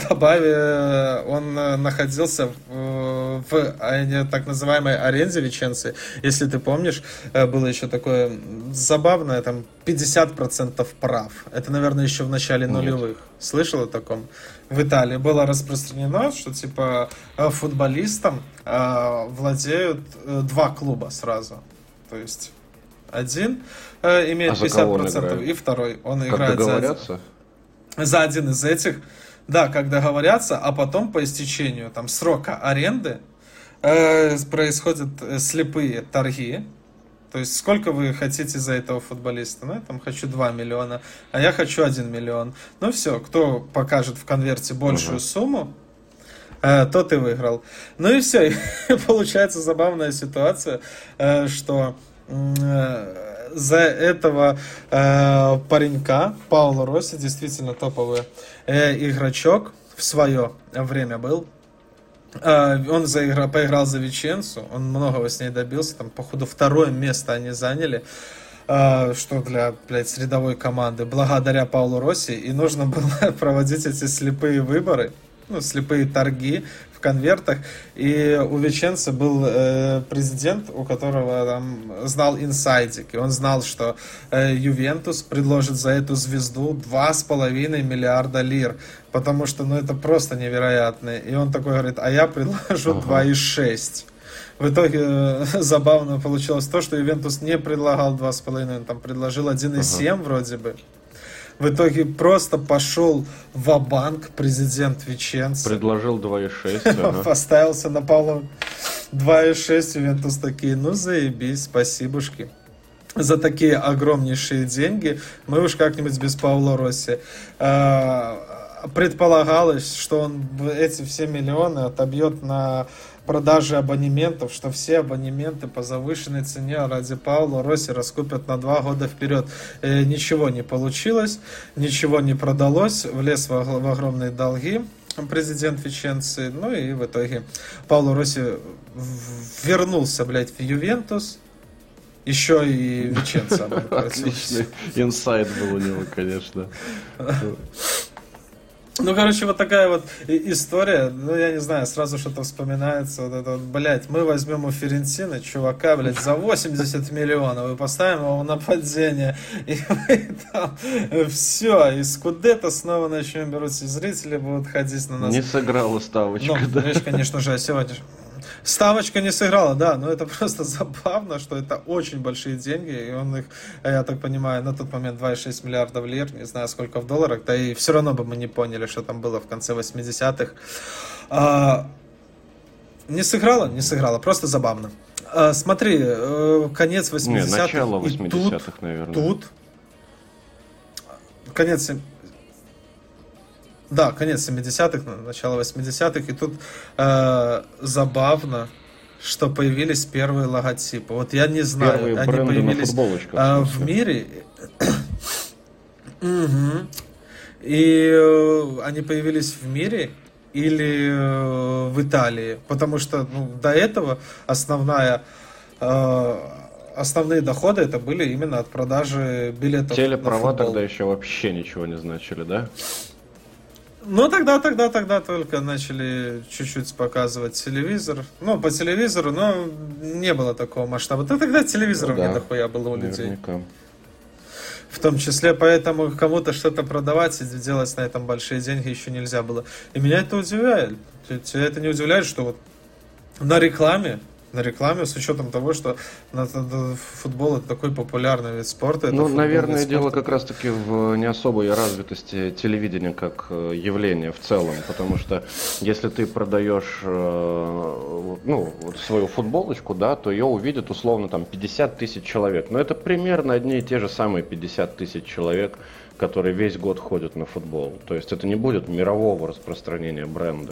S1: Он находился в так называемой аренде Веченцы. Если ты помнишь, было еще такое забавное, там 50% прав. Это, наверное, еще в начале нулевых. Слышал о таком? В Италии было распространено, что типа футболистам владеют два клуба сразу. То есть один имеет 50%, и второй он играет за один из этих. Да, как договорятся, а потом по истечению срока аренды происходят слепые торги. То есть сколько вы хотите за этого футболиста? Я хочу 2 миллиона, а я хочу 1 миллион. Ну все, кто покажет в конверте большую сумму, тот и выиграл. Ну и все. И получается забавная ситуация, что за этого паренька Пауло Росси, действительно топовый игрочок, в свое время был. Он поиграл за Веченцу, он многого с ней добился, походу второе место они заняли, что для, средовой команды, благодаря Паулу Росси, и нужно было проводить эти слепые выборы, слепые торги в конвертах, и у Веченца был президент, у которого знал инсайдик, и он знал, что Ювентус предложит за эту звезду 2,5 миллиарда лир, потому что, это просто невероятно, и он такой говорит, а я предложу 2,6. В итоге забавно получилось то, что Ювентус не предлагал 2,5, он предложил 1,7 вроде бы. В итоге просто пошел ва-банк президент Веченца.
S2: Предложил 2,6.
S1: Поставился на Пауло 2,6. Ювентус такие, заебись, спасибушки. За такие огромнейшие деньги мы уж как-нибудь без Пауло Росси. Предполагалось, что он эти все миллионы отобьет на продажи абонементов, что все абонементы по завышенной цене ради Пауло Росси раскупят на 2 года вперед. Ничего не получилось, ничего не продалось, влез в огромные долги президент Веченцы, и в итоге Пауло Росси вернулся, в Ювентус, еще и Веченца.
S2: Отличный инсайт был у него, конечно.
S1: Ну, короче, вот такая вот история. Ну, я не знаю, сразу что-то вспоминается. Вот это вот, блядь, мы возьмем у Ферентина чувака, блядь, за 80 миллионов и поставим его в нападение. И мы там все. И Скудетто снова начнем бороться. И зрители будут ходить на нас.
S2: Не сыграла ставочка,
S1: да? Ну, конечно же, сегодня... Ставочка не сыграла, да, но это просто забавно, что это очень большие деньги, и он их, я так понимаю, на тот момент 2,6 миллиардов лир, не знаю сколько в долларах, да и все равно бы мы не поняли, что там было в конце 80-х. Не сыграла, просто забавно. Смотри, конец 80-х.
S2: Не, начало 80-х, наверное.
S1: Тут конец... Да, конец 70-х, начало 80-х, и тут забавно, что появились первые логотипы. Вот я не знаю,
S2: первые
S1: они появились в мире. И они появились в мире или в Италии, потому что до этого основные доходы это были именно от продажи билетов.
S2: Телеправа тогда еще вообще ничего не значили, да?
S1: Ну, тогда только начали чуть-чуть показывать телевизор. Ну, по телевизору, но не было такого масштаба. Да тогда телевизоров не дохуя было у людей. В том числе, поэтому кому-то что-то продавать и делать на этом большие деньги еще нельзя было. И меня это удивляет. Тебя это не удивляет, что вот на рекламе, с учетом того, что футбол это такой популярный вид спорта.
S2: Ну, наверное, дело как раз-таки в не особой развитости телевидения как явления в целом, потому что если ты продаешь свою футболочку, да, то ее увидят условно там 50 тысяч человек. Но это примерно одни и те же самые 50 тысяч человек, которые весь год ходят на футбол. То есть это не будет мирового распространения бренда.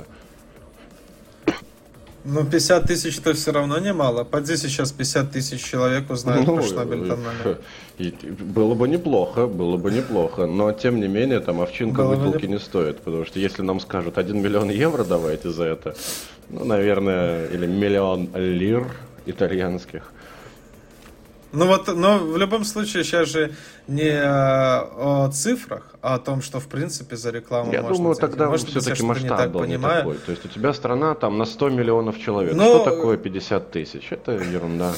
S1: Ну, 50 тысяч это все равно немало. Поди сейчас 50 тысяч человек узнают про Шнобель-Тоннель.
S2: Было бы неплохо, но тем не менее, там овчинка выделки не стоит, потому что если нам скажут 1 миллион евро давайте за это, ну, наверное, или миллион лир итальянских.
S1: Но в любом случае сейчас же не о цифрах, а о том, что в принципе за рекламу
S2: я
S1: можно...
S2: думаю, тогда все-таки масштаб был не такой. То есть у тебя страна там на 100 миллионов человек. Что такое 50 тысяч? Это ерунда.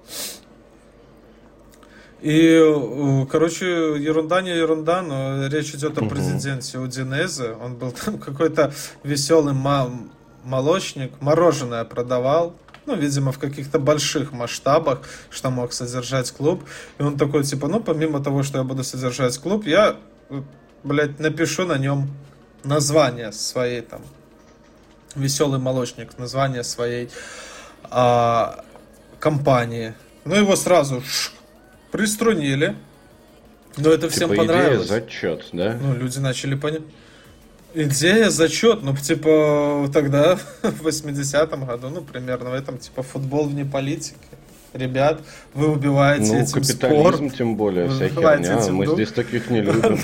S1: И, короче, ерунда не ерунда, но речь идет о президенте Удинезе. Он был там какой-то веселый молочник, мороженое продавал. Ну, видимо, в каких-то больших масштабах, что мог содержать клуб. И он такой, типа, помимо того, что я буду содержать клуб, я, напишу на нем название своей, там, веселый молочник, название своей компании. Ну, его сразу приструнили. Но это всем понравилось.
S2: Идея зачет, да?
S1: Ну, люди начали понимать. Идея, зачет, тогда, в 80-м году, примерно в этом, футбол вне политики. Ребят, вы убиваете этим спорт.
S2: Ну, капитализм, тем более, вся херня, мы здесь таких не любим.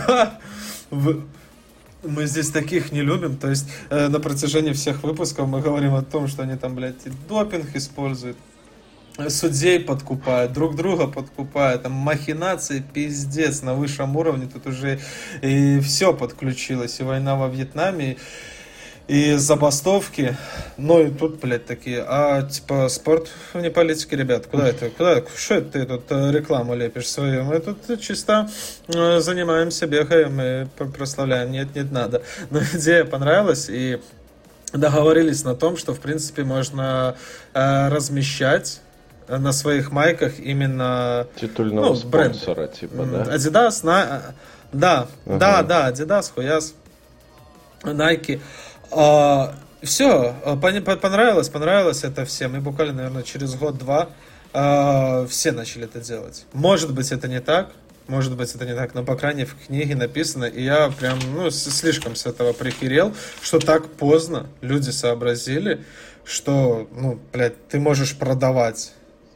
S1: Мы здесь таких не любим, то есть на протяжении всех выпусков мы говорим о том, что они там, и допинг используют, судей подкупают, друг друга подкупают, там махинации, пиздец, на высшем уровне, тут уже и все подключилось, и война во Вьетнаме, и забастовки, и тут, такие, спорт вне политики, ребят, что это ты тут рекламу лепишь свою, мы тут чисто занимаемся, бегаем и прославляем, нет, надо, но идея понравилась, и договорились на том, что, в принципе, можно размещать на своих майках именно
S2: титульного спонсора, да?
S1: Adidas, да, Adidas, хуяс, Nike. Все, понравилось это всем. И буквально, наверное, через год-два все начали это делать. Может быть, это не так, но, по крайней мере, в книге написано, и я прям, слишком с этого прихерел, что так поздно люди сообразили, что, ты можешь продавать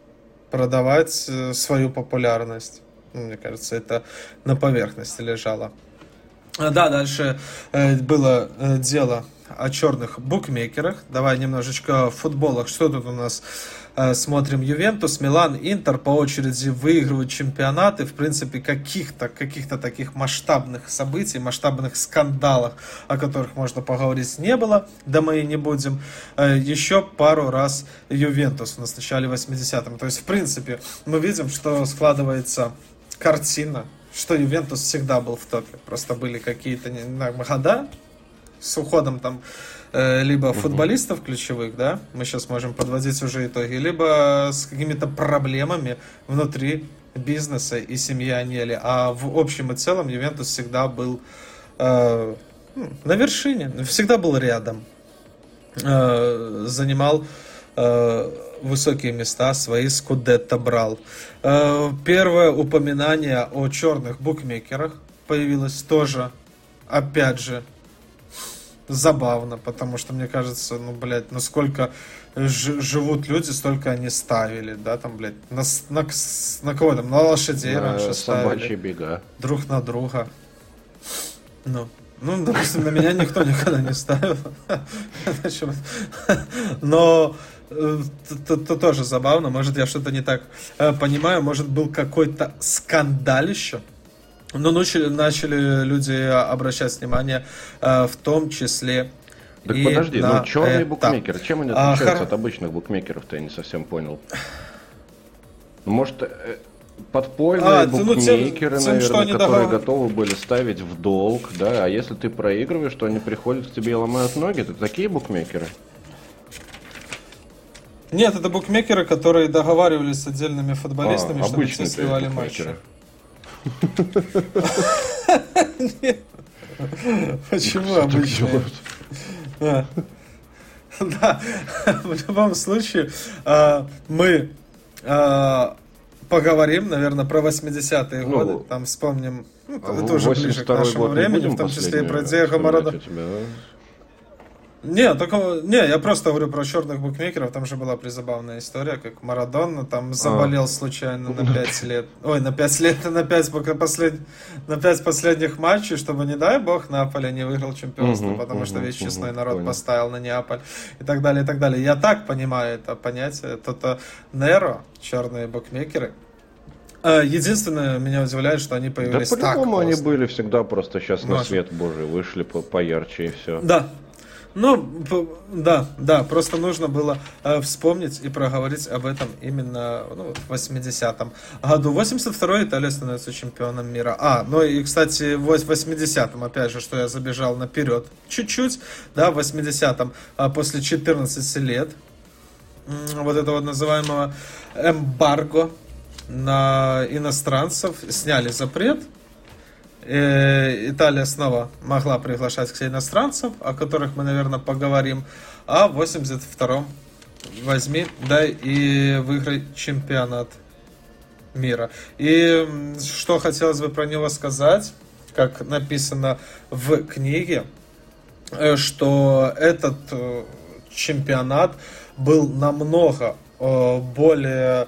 S1: свою популярность. Мне кажется, это на поверхности лежало. Да, дальше было дело о черных букмекерах. Давай немножечко о футболах. Что тут у нас смотрим Ювентус, Милан, Интер по очереди выигрывают чемпионаты. В принципе, каких-то таких масштабных событий, масштабных скандалов, о которых можно поговорить, не было, да мы и не будем. Еще пару раз Ювентус у нас в начале 80-х. То есть, в принципе, мы видим, что складывается картина, что Ювентус всегда был в топе. Просто были какие-то года с уходом там либо футболистов ключевых, да, мы сейчас можем подводить уже итоги, либо с какими-то проблемами внутри бизнеса и семьи Аньелли. А в общем и целом Ювентус всегда был на вершине, всегда был рядом, занимал высокие места, свои скудетто брал. Первое упоминание о черных букмекерах появилось тоже, опять же, забавно, потому что, мне кажется, насколько живут люди, столько они ставили, да, там, блядь, на кого там, на лошадей раньше ставили.
S2: Собачьи бега.
S1: Друг на друга. Допустим, на меня никто никогда не ставил. Но это тоже забавно, может, я что-то не так понимаю, может, был какой-то скандалище. Но начали люди обращать внимание, в том числе.
S2: Так подожди, черный букмекер, чем они отличаются от обычных букмекеров-то, я не совсем понял. Может, подпольные букмекеры, наверное, которые готовы были ставить в долг, да, а если ты проигрываешь, то они приходят к тебе и ломают ноги, это такие букмекеры?
S1: Нет, это букмекеры, которые договаривались с отдельными футболистами, чтобы те сливали матчи. Почему обычные? Да, в любом случае мы поговорим, наверное, про 80-е годы. Там вспомним, это уже ближе к нашему времени, в том числе и про Диего Марадону. Я просто говорю про черных букмекеров. Там же была призабавная история, как Марадона там заболел случайно на 5 лет. Ой, на 5 лет, на 5 последних матчей, чтобы, не дай бог, Неаполь не выиграл чемпионство, потому что весь честной народ поставил на Неаполь и так далее, и так далее. Я так понимаю это понятие. Это Неро, черные букмекеры. Единственное, меня удивляет, что они появились так. Да,
S2: по-любому они были всегда, просто сейчас на свет Божий вышли поярче и все.
S1: Да. Просто нужно было вспомнить и проговорить об этом именно в 80-м году. В 82-й Италия становится чемпионом мира. И, кстати, в 80-м, опять же, что я забежал наперед чуть-чуть, да, в 80-м, после 14 лет, вот этого называемого эмбарго на иностранцев, сняли запрет. Италия снова могла приглашать к себе иностранцев, о которых мы, наверное, поговорим. А в 82-м возьми, да, и выиграй чемпионат мира. И что хотелось бы про него сказать, как написано в книге, что этот чемпионат был намного более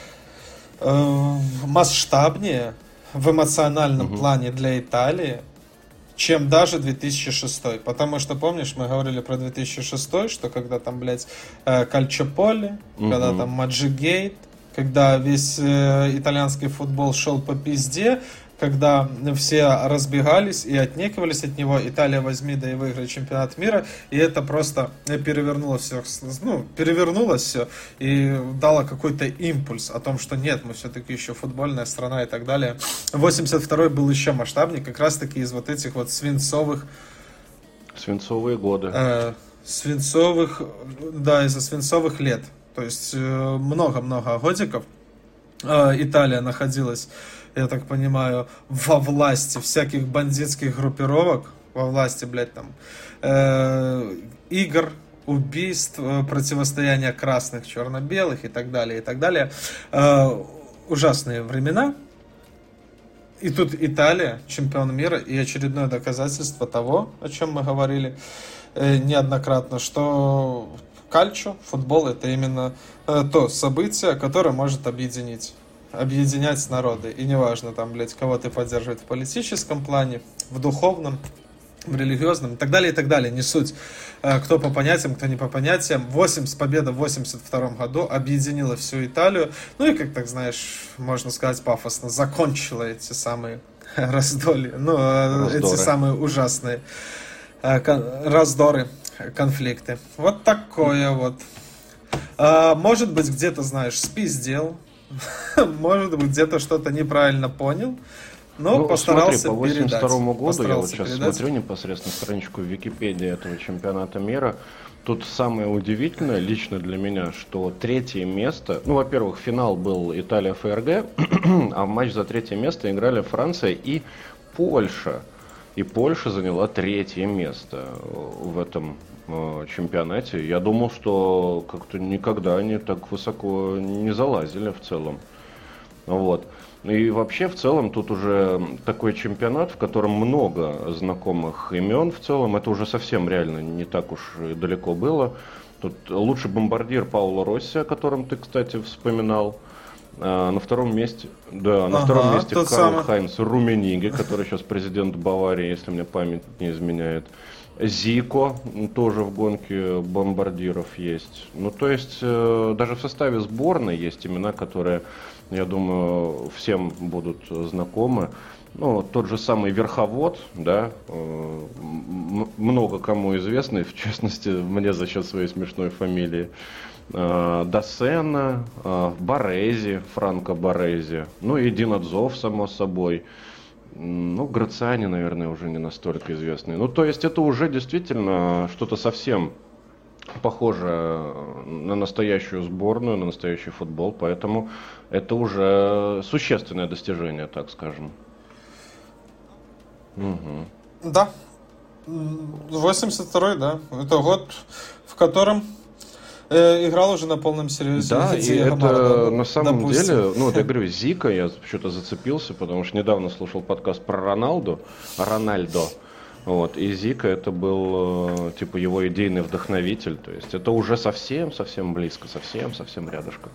S1: масштабнее в эмоциональном плане для Италии, чем даже 2006. Потому что, помнишь, мы говорили про 2006, что когда там, блядь, Кальчополи, когда там Маджигейт, когда весь итальянский футбол шел по пизде, когда все разбегались и отнекивались от него, Италия возьми да и выиграй чемпионат мира, и это просто перевернуло все и дало какой-то импульс о том, что нет, мы все-таки еще футбольная страна и так далее. 82-й был еще масштабнее, как раз таки из вот этих вот свинцовые
S2: годы.
S1: Из-за свинцовых лет. То есть много-много годиков Италия находилась, я так понимаю, во власти всяких бандитских группировок, во власти, блядь, там, игр, убийств, противостояния красных, черно-белых и так далее, и так далее. Ужасные времена. И тут Италия, чемпион мира, и очередное доказательство того, о чем мы говорили неоднократно, что кальчо, футбол, это именно то событие, которое может объединять народы. И неважно, там, блядь, кого ты поддерживаешь в политическом плане, в духовном, в религиозном и так далее, не суть. Кто по понятиям, кто не по понятиям. Победа в 82 году объединила всю Италию. Ну и, как так знаешь, можно сказать пафосно, закончила эти самые раздолья, эти самые ужасные раздоры, конфликты. Вот такое вот. Может быть, где-то, знаешь, спиздел, может быть, где-то что-то неправильно понял. Но постарался
S2: смотри, по 82 году, я вот сейчас
S1: передать.
S2: смотрю непосредственно страничку в Википедии этого чемпионата мира. Тут самое удивительное лично для меня, что третье место, во-первых, финал был Италия-ФРГ, а в матч за третье место играли Франция и Польша. И Польша заняла третье место в этом чемпионате. Я думал, что как-то никогда они так высоко не залазили в целом. Вот. И вообще, в целом, тут уже такой чемпионат, в котором много знакомых имен в целом. Это уже совсем реально не так уж и далеко было. Тут лучший бомбардир Пауло Росси, о котором ты, кстати, вспоминал. На втором месте, втором месте Карл Хайнц Руммениге, который сейчас президент Баварии, если мне память не изменяет. Зико тоже в гонке бомбардиров есть. То есть, даже в составе сборной есть имена, которые, я думаю, всем будут знакомы. Тот же самый Верховод, да, много кому известный, в частности, мне за счет своей смешной фамилии. Досена, Барези, Франко Барези, и Динадзов, само собой. Грациани, наверное, уже не настолько известный. То есть это уже действительно что-то совсем похожее на настоящую сборную, на настоящий футбол, поэтому это уже существенное достижение, так скажем.
S1: Угу. Да. 82-й, да. Это год, в котором играл уже на полном серьезе.
S2: Да, и это на самом деле, я говорю, Зика, я что-то зацепился, потому что недавно слушал подкаст про Рональдо. И Зика это был типа его идейный вдохновитель, то есть это уже совсем близко, совсем рядышком.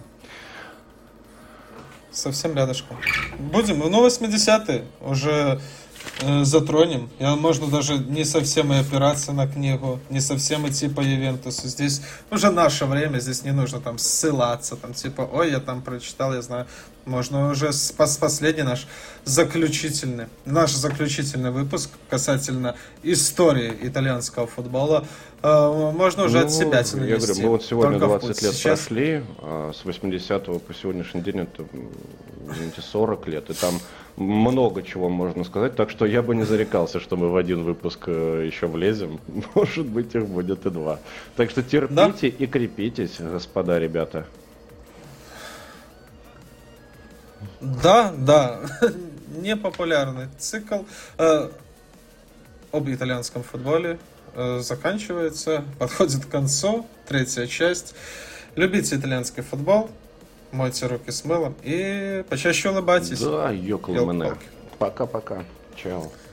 S1: Совсем рядышком. Будем, 80-е уже затронем. Можно даже не совсем и опираться на книгу, не совсем идти по Ювентусу. Здесь уже наше время, здесь не нужно там ссылаться, там типа, ой, я там прочитал, я знаю. Можно уже последний наш заключительный выпуск касательно истории итальянского футбола. Можно уже от себя
S2: я говорю, мы вот сегодня 20 лет прошли, а с 80-го по сегодняшний день это, извините, 40 лет, и там много чего можно сказать, так что я бы не зарекался, что мы в один выпуск еще влезем, может быть, их будет и два. Так что терпите и крепитесь, господа ребята.
S1: Да, непопулярный цикл об итальянском футболе заканчивается, подходит к концу, третья часть. Любите итальянский футбол, мойте руки с мылом и почаще улыбайтесь.
S2: Да, ёкала-мына. Пока-пока. Чао.